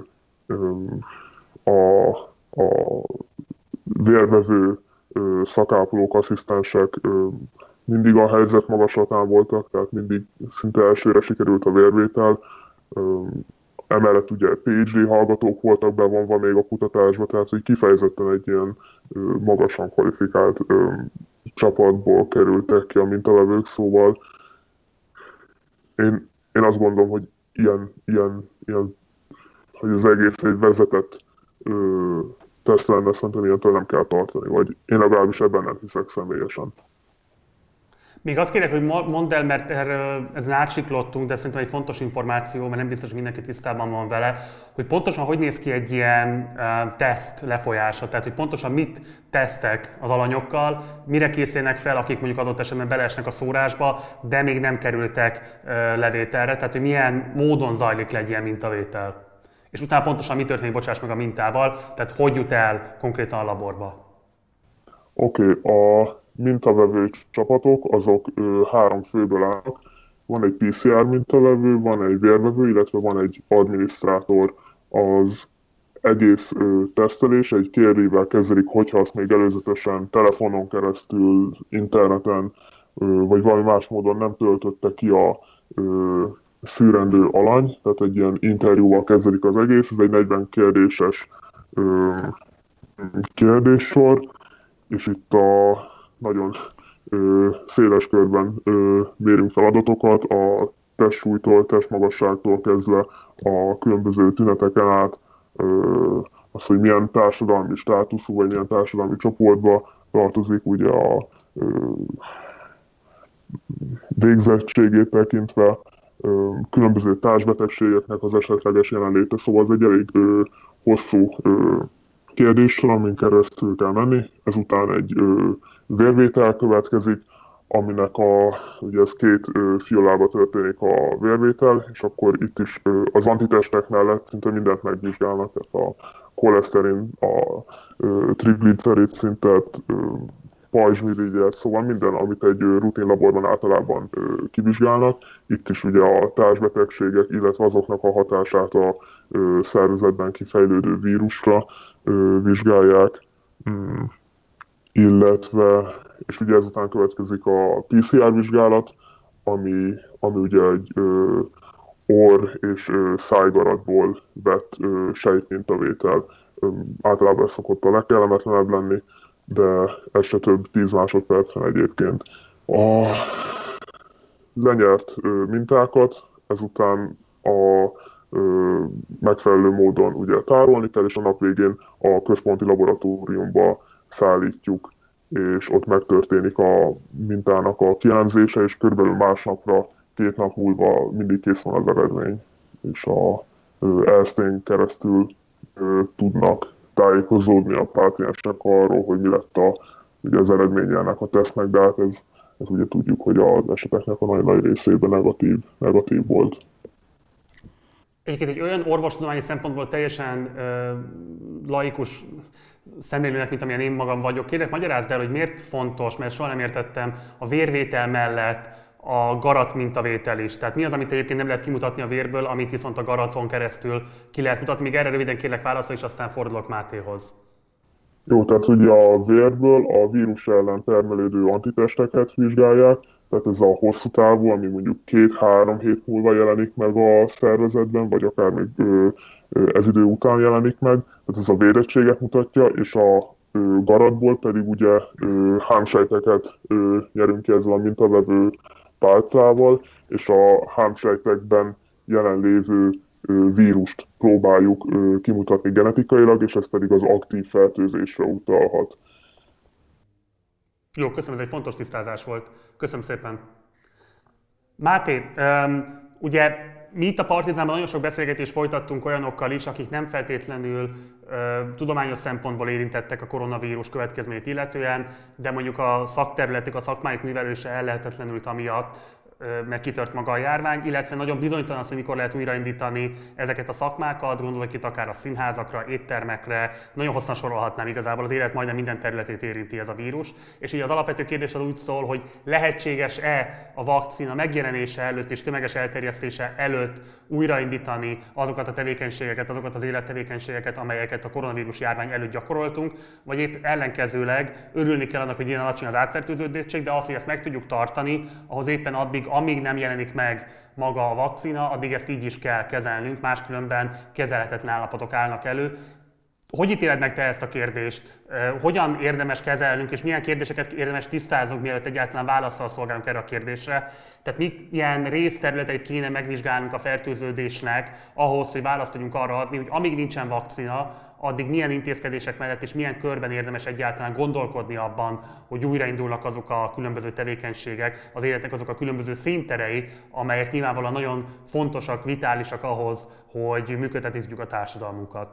a, a vérvevő szakápolók, asszisztensek mindig a helyzet magaslatán voltak, tehát mindig szinte elsőre sikerült a vérvétel. Emellett ugye pé há dé hallgatók voltak bevonva még a kutatásba, tehát hogy kifejezetten egy ilyen magasan kvalifikált csapatból kerültek ki a mintavevők, szóval én, én azt gondolom, hogy ilyen, ilyen, ilyen hogy az egész egy vezetett ö, teszt lenne, szerintem ilyentől nem kell tartani, vagy én legalábbis ebben nem hiszek személyesen. Még azt kérek, hogy mondd el, mert erről ezen átsiklottunk, de szerintem egy fontos információ, mert nem biztos, hogy mindenki tisztában van vele, hogy pontosan hogy néz ki egy ilyen uh, teszt lefolyása, tehát hogy pontosan mit tesztek az alanyokkal, mire készülnek fel, akik mondjuk adott esetben beleesnek a szórásba, de még nem kerültek uh, levételre, tehát hogy milyen módon zajlik le egy ilyen mintavétel. És utána pontosan mi történik, bocsáss meg, a mintával, tehát hogy jut el konkrétan a laborba? Oké, okay, a mintavevő csapatok azok ö, három főből állnak. Van egy pé cé er mintavevő, van egy vérvevő, illetve van egy adminisztrátor. Az egész ö, tesztelés egy kérdővel kezdődik, hogyha azt még előzetesen telefonon keresztül, interneten, ö, vagy valami más módon nem töltötte ki a ö, szűrendő alany, tehát egy ilyen interjúval kezdődik az egész, ez egy negyven kérdéses ö, kérdéssor, és itt a nagyon ö, széles körben ö, mérünk fel adatokat, a testsúlytól, testmagasságtól kezdve a különböző tüneteken át, ö, az, hogy milyen társadalmi státuszú, vagy milyen társadalmi csoportba tartozik, ugye a ö, végzettségét tekintve, ö, különböző társbetegségeknek az esetleges jelenléte, szóval ez egy elég ö, hosszú ö, kérdéssel, amin keresztül kell menni. Ezután egy ö, vérvétel következik, aminek a, ugye ez két ö, fiolába történik a vérvétel, és akkor itt is ö, az antitestek mellett szinte mindent megvizsgálnak, tehát a koleszterin, a ö, triglicerid szintet, ö, pajzsmirigyet, szóval minden, amit egy ö, rutin laborban általában ö, kivizsgálnak. Itt is ugye a társbetegségek, illetve azoknak a hatását a ö, szervezetben kifejlődő vírusra ö, vizsgálják, mm, illetve, és ugye ezután következik a pé cé er vizsgálat, ami, ami ugye egy ö, orr és ö, szájgaratból vett ö, sejtmintavétel. Ö, általában ez szokott a legkellemetlenebb lenni, de ez se több tíz másodpercen egyébként. A lenyert ö, mintákat ezután a ö, megfelelő módon ugye tárolni kell, és a nap végén a központi laboratóriumba szállítjuk. és ott megtörténik a mintának a kielemzése, és körülbelül másnapra, két nap múlva mindig kész van az eredmény, és a ELSZ-n keresztül ö, tudnak tájékozódni a páciensek arról, hogy mi lett a, ugye az eredménye ennek a tesztnek, de hát ez, ez ugye tudjuk, hogy az eseteknek a nagyon nagy részében negatív, negatív volt. Egyébként egy olyan orvostudományi szempontból teljesen ö, laikus szemlélőnek, mint amilyen én magam vagyok, kérlek, magyarázd el, hogy miért fontos, mert soha nem értettem a vérvétel mellett a garat mintavétel is. Tehát mi az, amit egyébként nem lehet kimutatni a vérből, amit viszont a garaton keresztül ki lehet mutatni? Még erre röviden kérlek válaszol, és aztán fordulok Mátéhoz. Jó, tehát ugye a vérből a vírus ellen termelődő antitesteket vizsgálják, tehát ez a hosszú távú, ami mondjuk két-három hét múlva jelenik meg a szervezetben, vagy akár még ö, ö, ez idő után jelenik meg, tehát ez a védettséget mutatja, és a ö, garatból pedig ugye ö, hámsejteket ö, nyerünk ki ezzel a mintavevő pálcával, és a hámsejtekben jelenlévő ö, vírust próbáljuk ö, kimutatni genetikailag, és ez pedig az aktív fertőzésre utalhat. Jó, köszönöm, ez egy fontos tisztázás volt. Köszönöm szépen. Máté, um, ugye mi itt a Partizánban nagyon sok beszélgetést folytattunk olyanokkal is, akik nem feltétlenül uh, tudományos szempontból érintettek a koronavírus következményét illetően, de mondjuk a szakterületük, a szakmájuk művelése ellehetetlenült amiatt, meg kitört maga a járvány, illetve nagyon bizonytalan az, hogy mikor lehet újraindítani ezeket a szakmákat, gondolok itt akár a színházakra, éttermekre, nagyon hosszan sorolhatnám igazából, az élet majdnem minden területét érinti ez a vírus, és így az alapvető kérdés az úgy szól, hogy lehetséges-e a vakcina megjelenése előtt és tömeges elterjesztése előtt újraindítani azokat a tevékenységeket, azokat az élettevékenységeket, amelyeket a koronavírus járvány előtt gyakoroltunk, vagy épp ellenkezőleg örülni kell annak, hogy ilyen alacsony az átfertőződöttség, de az, hogy ezt meg tudjuk tartani, ahhoz éppen addig, amíg nem jelenik meg maga a vakcina, addig ezt így is kell kezelnünk, máskülönben kezelhetetlen állapotok állnak elő. Hogy ítéled meg te ezt a kérdést? Hogyan érdemes kezelnünk, és milyen kérdéseket érdemes tisztáznunk, mielőtt egyáltalán válaszsal szolgálunk erre a kérdésre? Tehát milyen részterületeit kéne megvizsgálnunk a fertőződésnek ahhoz, hogy választ tudjunk arra adni, hogy amíg nincsen vakcina, addig milyen intézkedések mellett és milyen körben érdemes egyáltalán gondolkodni abban, hogy újraindulnak azok a különböző tevékenységek, az életnek azok a különböző színterei, amelyek nyilvánvalóan nagyon fontosak, vitálisak ahhoz, hogy működtetni tudjuk a társadalmunkat.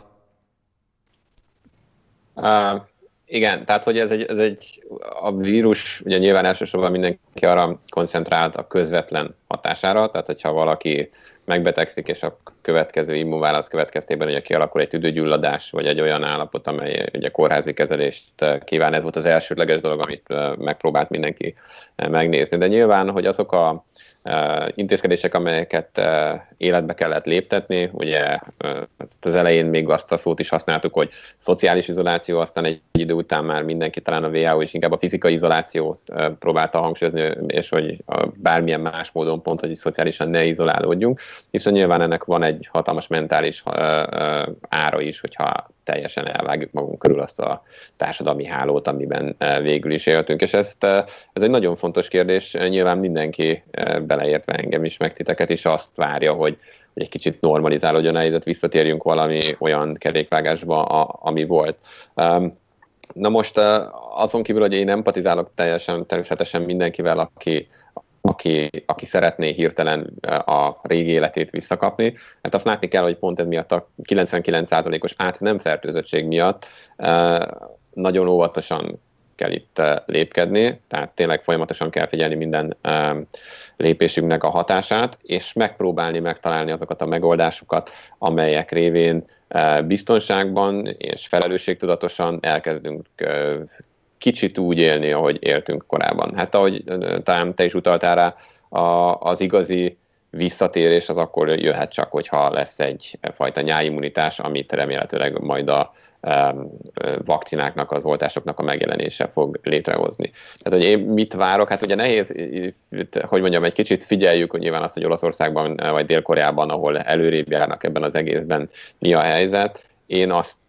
Uh, igen, tehát hogy ez egy, ez egy, a vírus, ugye nyilván elsősorban mindenki arra koncentrált a közvetlen hatására, tehát hogyha valaki megbetegszik, és a következő immunválasz következtében ugye kialakul egy tüdőgyulladás, vagy egy olyan állapot, amely ugye kórházi kezelést kíván, ez volt az elsődleges dolog, amit megpróbált mindenki megnézni. De nyilván, hogy azok a intézkedések, amelyeket életbe kellett léptetni, ugye az elején még azt a szót is használtuk, hogy szociális izoláció, aztán egy idő után már mindenki, talán a vé há o is inkább a fizikai izolációt próbálta hangsúlyozni, és hogy bármilyen más módon pont, hogy szociálisan ne izolálódjunk, hiszen nyilván ennek van egy hatalmas mentális ára is, hogyha teljesen elvágjuk magunk körül azt a társadalmi hálót, amiben végül is éltünk. És ezt, ez egy nagyon fontos kérdés, nyilván mindenki, beleértve engem is, meg titeket is azt várja, hogy, hogy egy kicsit normalizálódjon a helyzet, visszatérjünk valami olyan kerékvágásba, a, ami volt. Na most azon kívül, hogy én empatizálok teljesen, természetesen mindenkivel, aki Aki, aki szeretné hirtelen a régi életét visszakapni. Hát azt látni kell, hogy pont ez miatt a kilencvenkilenc százalékos át nem fertőzöttség miatt nagyon óvatosan kell itt lépkedni, tehát tényleg folyamatosan kell figyelni minden lépésünknek a hatását, és megpróbálni megtalálni azokat a megoldásokat, amelyek révén biztonságban és felelősségtudatosan elkezdünk kicsit úgy élni, ahogy éltünk korábban. Hát ahogy talán te is utaltál rá, az igazi visszatérés az akkor jöhet csak, hogyha lesz egyfajta nyáimmunitás, amit remélhetőleg majd a vakcináknak, az oltásoknak a megjelenése fog létrehozni. Tehát, hogy én mit várok? Hát ugye nehéz, hogy mondjam, egy kicsit figyeljük, hogy nyilván azt, hogy Olaszországban vagy Dél-Koreában, ahol előrébb járnak ebben az egészben, mi a helyzet. Én azt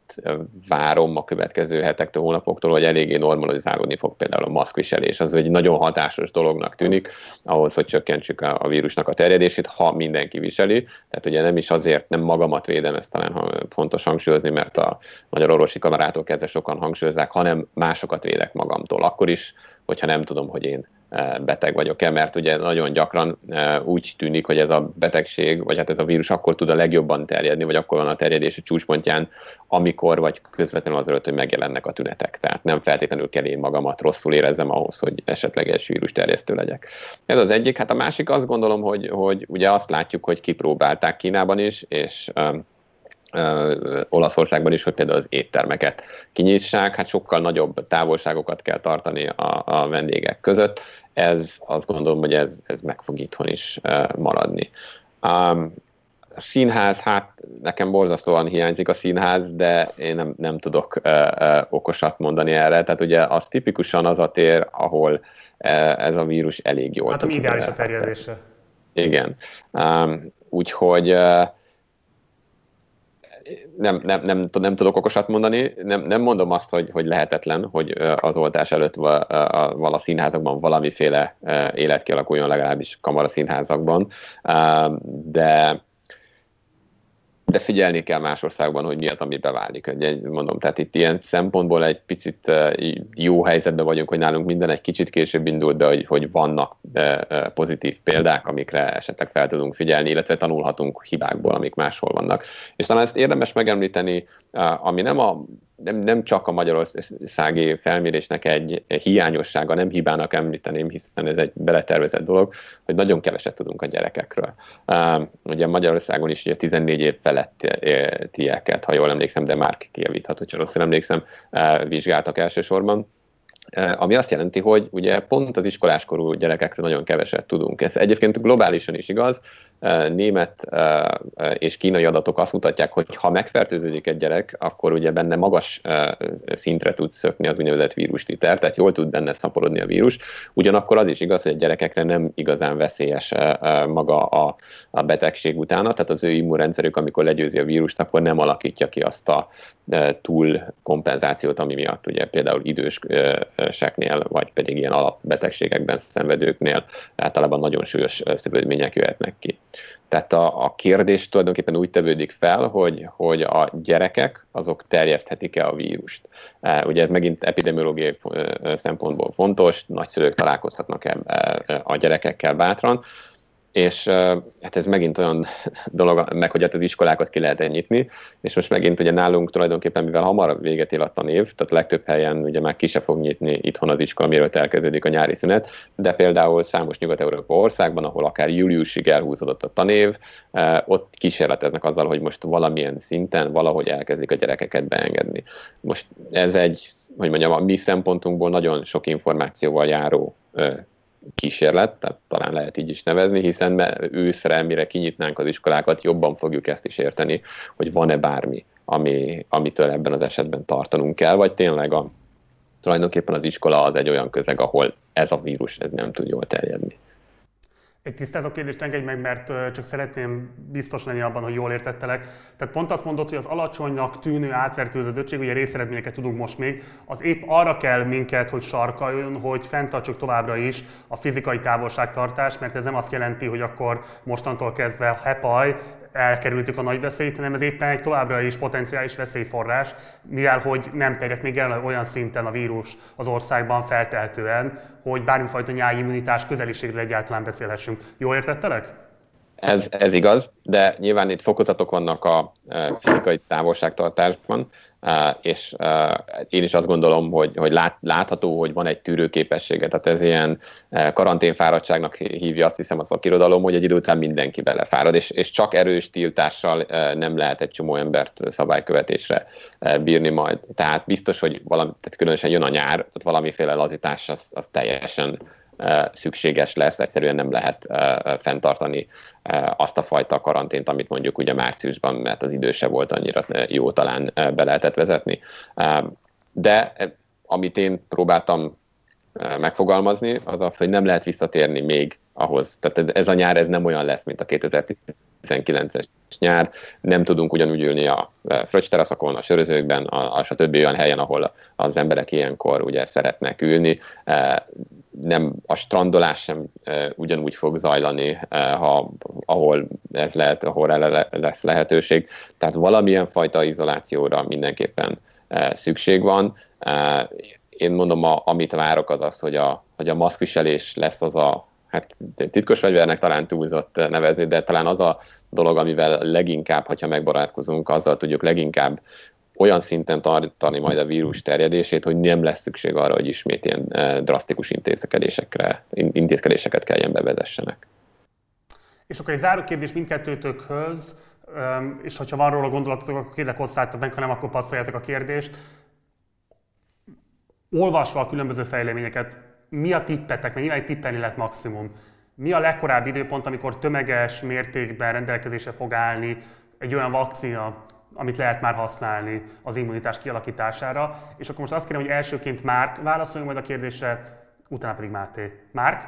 azt várom a következő hetektől, hónapoktól, hogy eléggé normalizálódni fog például a maszkviselés. Az egy nagyon hatásos dolognak tűnik, ahhoz, hogy csökkentsük a, a vírusnak a terjedését, ha mindenki viseli. Tehát ugye nem is azért, nem magamat védem, ezt talán fontos hangsúlyozni, mert a Magyar Orvosi Kamarától kezdve sokan hangsúlyozzák, hanem másokat védek magamtól. Akkor is, hogyha nem tudom, hogy én beteg vagyok-e, mert ugye nagyon gyakran úgy tűnik, hogy ez a betegség, vagy hát ez a vírus akkor tud a legjobban terjedni, vagy akkor van a terjedési csúcspontján, amikor vagy közvetlenül azelőtt, hogy megjelennek a tünetek. Tehát nem feltétlenül kell én magamat rosszul érezzem ahhoz, hogy esetleges vírus-terjesztő legyek. Ez az egyik. Hát a másik azt gondolom, hogy, hogy ugye azt látjuk, hogy kipróbálták Kínában is, és Uh, Olaszországban is, hogy például az éttermeket kinyissák, hát sokkal nagyobb távolságokat kell tartani a, a vendégek között. Ez azt gondolom, hogy ez, ez meg fog itthon is uh, maradni. Um, a színház, hát nekem borzasztóan hiányzik a színház, de én nem, nem tudok uh, uh, okosat mondani erre. Tehát ugye az tipikusan az a tér, ahol uh, ez a vírus elég jól hát tud. Hát ideális a terjedése. Igen. Um, úgyhogy uh, Nem, nem, nem, nem tudok okosat mondani, nem, nem mondom azt, hogy, hogy lehetetlen, hogy az oltás előtt vala színházakban valamiféle élet kialakuljon, legalábbis kamaraszínházakban, de, de figyelni kell más országban, hogy mi az, ami beválik. Mondom, tehát itt ilyen szempontból egy picit jó helyzetben vagyunk, hogy nálunk minden egy kicsit később indult be, hogy, hogy vannak pozitív példák, amikre esetleg fel tudunk figyelni, illetve tanulhatunk hibákból, amik máshol vannak. És talán ezt érdemes megemlíteni, ami nem, a, nem, nem csak a magyarországi felmérésnek egy hiányossága, nem hibának említeném, hiszen ez egy beletervezett dolog, hogy nagyon keveset tudunk a gyerekekről. Ugye Magyarországon is ugye tizennégy év felettieket, ha jól emlékszem, de már kijavíthat, hogyha rosszul emlékszem, vizsgáltak elsősorban. Ami azt jelenti, hogy ugye pont az iskoláskorú gyerekekről nagyon keveset tudunk. Ez egyébként globálisan is igaz. Német és kínai adatok azt mutatják, hogy ha megfertőződik egy gyerek, akkor ugye benne magas szintre tud szökni az úgynevezett vírustiter, tehát jól tud benne szaporodni a vírus. Ugyanakkor az is igaz, hogy a gyerekekre nem igazán veszélyes maga a, a betegség utána, tehát az ő immunrendszerük, amikor legyőzi a vírust, akkor nem alakítja ki azt a túl kompenzációt, ami miatt ugye például időseknél, vagy pedig ilyen alapbetegségekben szenvedőknél általában nagyon súlyos szövődmények jöhetnek ki. Tehát a, a kérdés tulajdonképpen úgy tevődik fel, hogy, hogy a gyerekek azok terjeszthetik-e a vírust. Ugye ez megint epidemiológiai szempontból fontos, nagyszülők találkozhatnak-e a gyerekekkel bátran, és hát ez megint olyan dolog, meg hogy hát az iskolákat ki lehet nyitni, és most megint ugye nálunk tulajdonképpen, mivel hamar véget ér a tanév, tehát legtöbb helyen ugye már ki se fog nyitni itthon az iskola, mielőtt elkezdődik a nyári szünet, de például számos nyugat-európai országban, ahol akár júliusig elhúzódott a tanév, ott kísérleteznek azzal, hogy most valamilyen szinten valahogy elkezdik a gyerekeket beengedni. Most ez egy, hogy mondjam, a mi szempontunkból nagyon sok információval járó kísérlet, tehát talán lehet így is nevezni, hiszen őszre, mire kinyitnánk az iskolákat, jobban fogjuk ezt is érteni, hogy van-e bármi, ami, amitől ebben az esetben tartanunk kell, vagy tényleg a, tulajdonképpen az iskola az egy olyan közeg, ahol ez a vírus ez nem tud jól terjedni. Egy tisztázó kérdést engedj meg, mert csak szeretném biztos lenni abban, hogy jól értettelek. Tehát pont azt mondod, hogy az alacsonynak tűnő átfertőzöttség, ugye részeredményeket tudunk most még, az épp arra kell minket, hogy sarkaljon, hogy fenntartsuk továbbra is a fizikai távolságtartást, mert ez nem azt jelenti, hogy akkor mostantól kezdve hepaj, elkerültük a nagy veszélyt, hanem ez éppen egy továbbra is potenciális veszélyforrás, mivel hogy nem terjedt még el olyan szinten a vírus az országban feltehetően, hogy bármifajta nyári immunitás közeliségről egyáltalán beszélhessünk. Jól értettelek? Ez, ez igaz, de nyilván itt fokozatok vannak a fizikai távolságtartásban, és én is azt gondolom, hogy, hogy lát, látható, hogy van egy tűrőképessége, tehát ez ilyen karanténfáradtságnak hívja azt hiszem a szakirodalom, hogy egy idő után mindenki belefárad, és, és csak erős tiltással nem lehet egy csomó embert szabálykövetésre bírni majd. Tehát biztos, hogy valami, tehát különösen jön a nyár, tehát valamiféle lazítás az, az teljesen szükséges lesz, egyszerűen nem lehet fenntartani azt a fajta karantént, amit mondjuk ugye márciusban, mert az idő se volt annyira jó, talán be lehetett vezetni. De amit én próbáltam megfogalmazni, az az, hogy nem lehet visszatérni még ahhoz. Tehát ez a nyár ez nem olyan lesz, mint a kétezer-tizenkilences nyár, nem tudunk ugyanúgy ülni a fröccsteraszokon, a sörözőkben, a, a stb. Olyan helyen, ahol az emberek ilyenkor ugye szeretnek ülni. Nem, a strandolás sem ugyanúgy fog zajlani, ha, ahol ez lehet, ahol erre lesz lehetőség. Tehát valamilyen fajta izolációra mindenképpen szükség van. Én mondom, a, amit várok az az, hogy a, hogy a maszkviselés lesz az a, hát titkos fegyvernek talán túlzott nevezni, de talán az a dolog, amivel leginkább, hogyha megbarátkozunk, azzal tudjuk leginkább olyan szinten tartani majd a vírus terjedését, hogy nem lesz szükség arra, hogy ismét ilyen drasztikus intézkedésekre, intézkedéseket kelljen bevezessenek. És akkor egy záró kérdés mindkettőtökhöz, és hogyha van róla gondolatotok, akkor kérlek osszátok meg, ha nem, akkor passzoljátok a kérdést. Olvasva a különböző fejleményeket, mi a tippetek, mert nyilván egy tippelni lehet maximum. Mi a legkorábbi időpont, amikor tömeges mértékben rendelkezésre fog állni egy olyan vakcina, amit lehet már használni az immunitás kialakítására? És akkor most azt kérem, hogy elsőként Márk válaszoljon majd a kérdésre, utána pedig Máté. Márk?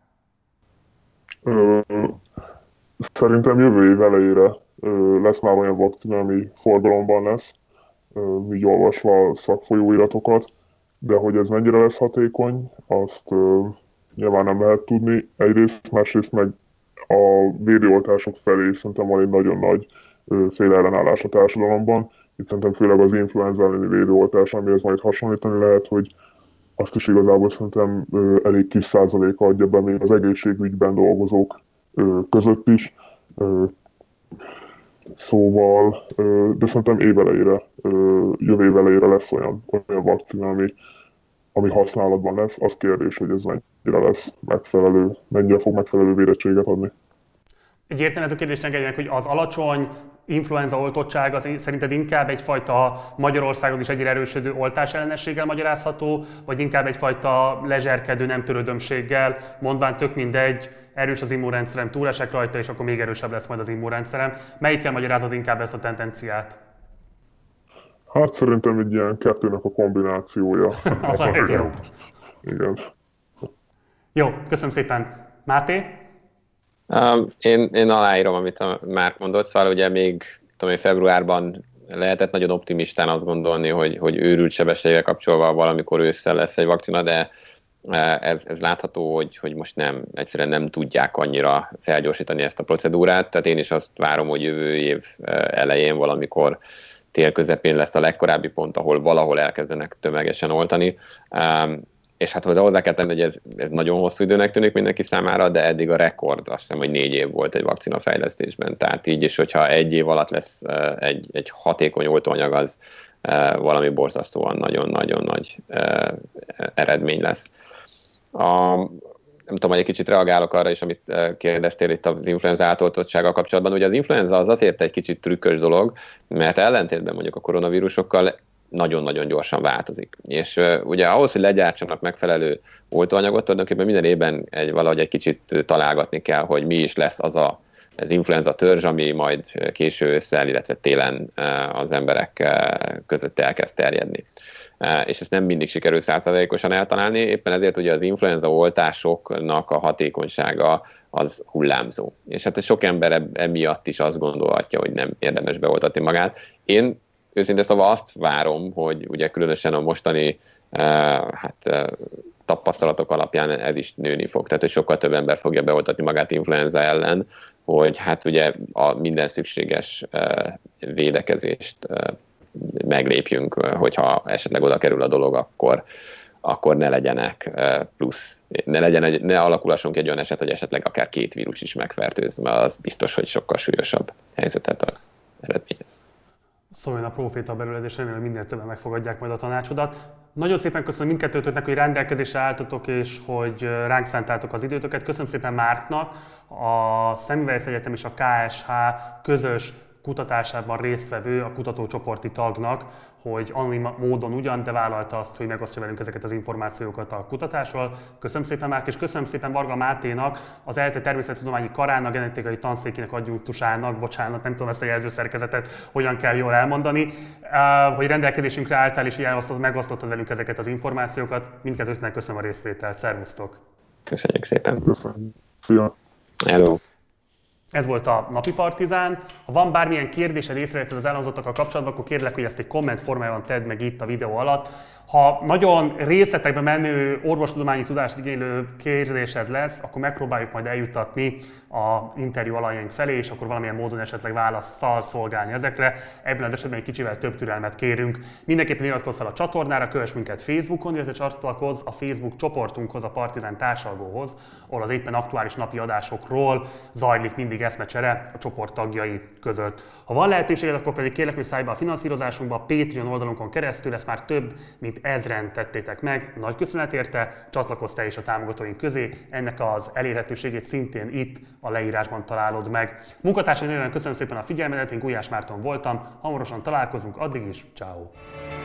Ö, szerintem jövő év elejére ö, lesz már olyan vakcina, ami forgalomban lesz, ö, így olvasva a szakfolyóiratokat, de hogy ez mennyire lesz hatékony, azt ö, nyilván nem lehet tudni. Egyrészt, másrészt meg a védőoltások felé szerintem van egy nagyon nagy ö, félellenállás a társadalomban. Itt szerintem főleg az influenza elleni védőoltás, amihez majd hasonlítani lehet, hogy azt is igazából szerintem ö, elég kis százaléka adja be még az egészségügyben dolgozók ö, között is. Ö, Szóval, de szerintem évelejére, jövő év elejére lesz olyan, olyan vakcina, ami, ami használatban lesz. Az kérdés, hogy ez mennyire lesz megfelelő, mennyire fog megfelelő védettséget adni. Egy értelmező kérdésnek engedjenek, hogy az alacsony influenza oltottság az szerinted inkább egyfajta Magyarországon is egyre erősödő oltás ellenességgel magyarázható, vagy inkább egyfajta lezserkedő nem törődömséggel, mondván tök mindegy, erős az immunrendszerem, túlesek rajta, és akkor még erősebb lesz majd az immunrendszerem. Melyikkel magyarázod inkább ezt a tendenciát? Hát szerintem egy ilyen kettőnek a kombinációja. Az a jó. Igen. Jó, köszönöm szépen. Máté? Um, én, én aláírom, amit a Márk mondott, szóval ugye még tudom, februárban lehetett nagyon optimistán azt gondolni, hogy, hogy őrült sebességgel kapcsolva valamikor ősszel lesz egy vakcina, de ez, ez látható, hogy, hogy most nem, egyszerűen nem tudják annyira felgyorsítani ezt a procedúrát, tehát én is azt várom, hogy jövő év elején valamikor tél közepén lesz a legkorábbi pont, ahol valahol elkezdenek tömegesen oltani. Um, és hát hozzá kell tenni, hogy ez, ez nagyon hosszú időnek tűnik mindenki számára, de eddig a rekord, azt hiszem, hogy négy év volt egy vakcina fejlesztésben. Tehát így is, hogyha egy év alatt lesz egy, egy hatékony oltóanyag, az valami borzasztóan nagyon-nagyon nagy eredmény lesz. A, nem tudom, hogy egy kicsit reagálok arra is, amit kérdeztél itt az influenza átoltottsággal kapcsolatban. Ugye az influenza az azért egy kicsit trükkös dolog, mert ellentétben mondjuk a koronavírusokkal nagyon-nagyon gyorsan változik. És uh, ugye ahhoz, hogy legyártsanak megfelelő oltóanyagot, tulajdonképpen minden évben egy, valahogy egy kicsit találgatni kell, hogy mi is lesz az a, az influenza törzs, ami majd késő ősszel, illetve télen uh, az emberek uh, között elkezd terjedni. Uh, és ezt nem mindig sikerül százszázalékosan eltalálni, éppen ezért ugye az influenza oltásoknak a hatékonysága az hullámzó. És hát sok ember emiatt is azt gondolhatja, hogy nem érdemes beoltatni magát. Én őszintén szóval azt várom, hogy ugye különösen a mostani uh, hát, uh, tapasztalatok alapján ez is nőni fog. Tehát, hogy sokkal több ember fogja beoltatni magát influenza ellen, hogy hát ugye a minden szükséges uh, védekezést uh, meglépjünk, hogyha esetleg oda kerül a dolog, akkor, akkor ne legyenek uh, plusz, ne, legyen egy, ne alakulhasson ki egy olyan eset, hogy esetleg akár két vírus is megfertőz, mert az biztos, hogy sokkal súlyosabb helyzetet eredményez. Szóljon a proféta belőled, és remélem, hogy minél többen megfogadják majd a tanácsodat. Nagyon szépen köszönöm mindkettőtöknek, hogy rendelkezésre álltatok, és hogy ránk szántátok az időtöket. Köszönöm szépen Márknak, a Semmelweis Egyetem és a ká es há közös kutatásában résztvevő, a kutatócsoporti tagnak, hogy anonim módon ugyan, de vállalta azt, hogy megosztja velünk ezeket az információkat a kutatásról. Köszönöm szépen Márk, és köszönöm szépen Varga Máténak, az é e el té e Természettudományi Karán, a genetikai tanszékének adjunktusának, bocsánat, nem tudom ezt a jelzőszerkezetet hogyan kell jól elmondani, hogy rendelkezésünkre álltál, és megosztottad velünk ezeket az információkat. Mindkettőtnek köszönöm a részvételt, szervusztok! Köszönjük szépen! Köszönjük! Szia! Hello! Ez volt a napi Partizán. Ha van bármilyen kérdésed, észrevételed az elhangzottakkal kapcsolatban, akkor kérlek, hogy ezt egy komment formájában tedd meg itt a videó alatt. Ha nagyon részletekbe menő orvostudományi tudást igénylő kérdésed lesz, akkor megpróbáljuk majd eljuttatni a interjú alanyjaink felé, és akkor valamilyen módon esetleg válaszsal szolgálni ezekre. Ebben az esetben egy kicsivel több türelmet kérünk. Mindenképpen iratkozz fel a csatornára, kövess minket Facebookon, illetve csatlakozz a Facebook csoportunkhoz, a Partizán társalgóhoz, ahol az éppen aktuális napi adásokról zajlik mindig eszmecsere a csoport tagjai között. Ha van lehetőséged, akkor pedig kérlek, hogy szállj be a finanszírozásunkba, a Patreon oldalunkon keresztül, ezt már több mint ezren tettétek meg, nagy köszönet érte, csatlakozz te is a támogatóink közé, ennek az elérhetőségét szintén itt a leírásban találod meg. Munkatársaim, nagyon köszönöm szépen a figyelmedet, én Gulyás Márton voltam, hamarosan találkozunk, addig is, ciao.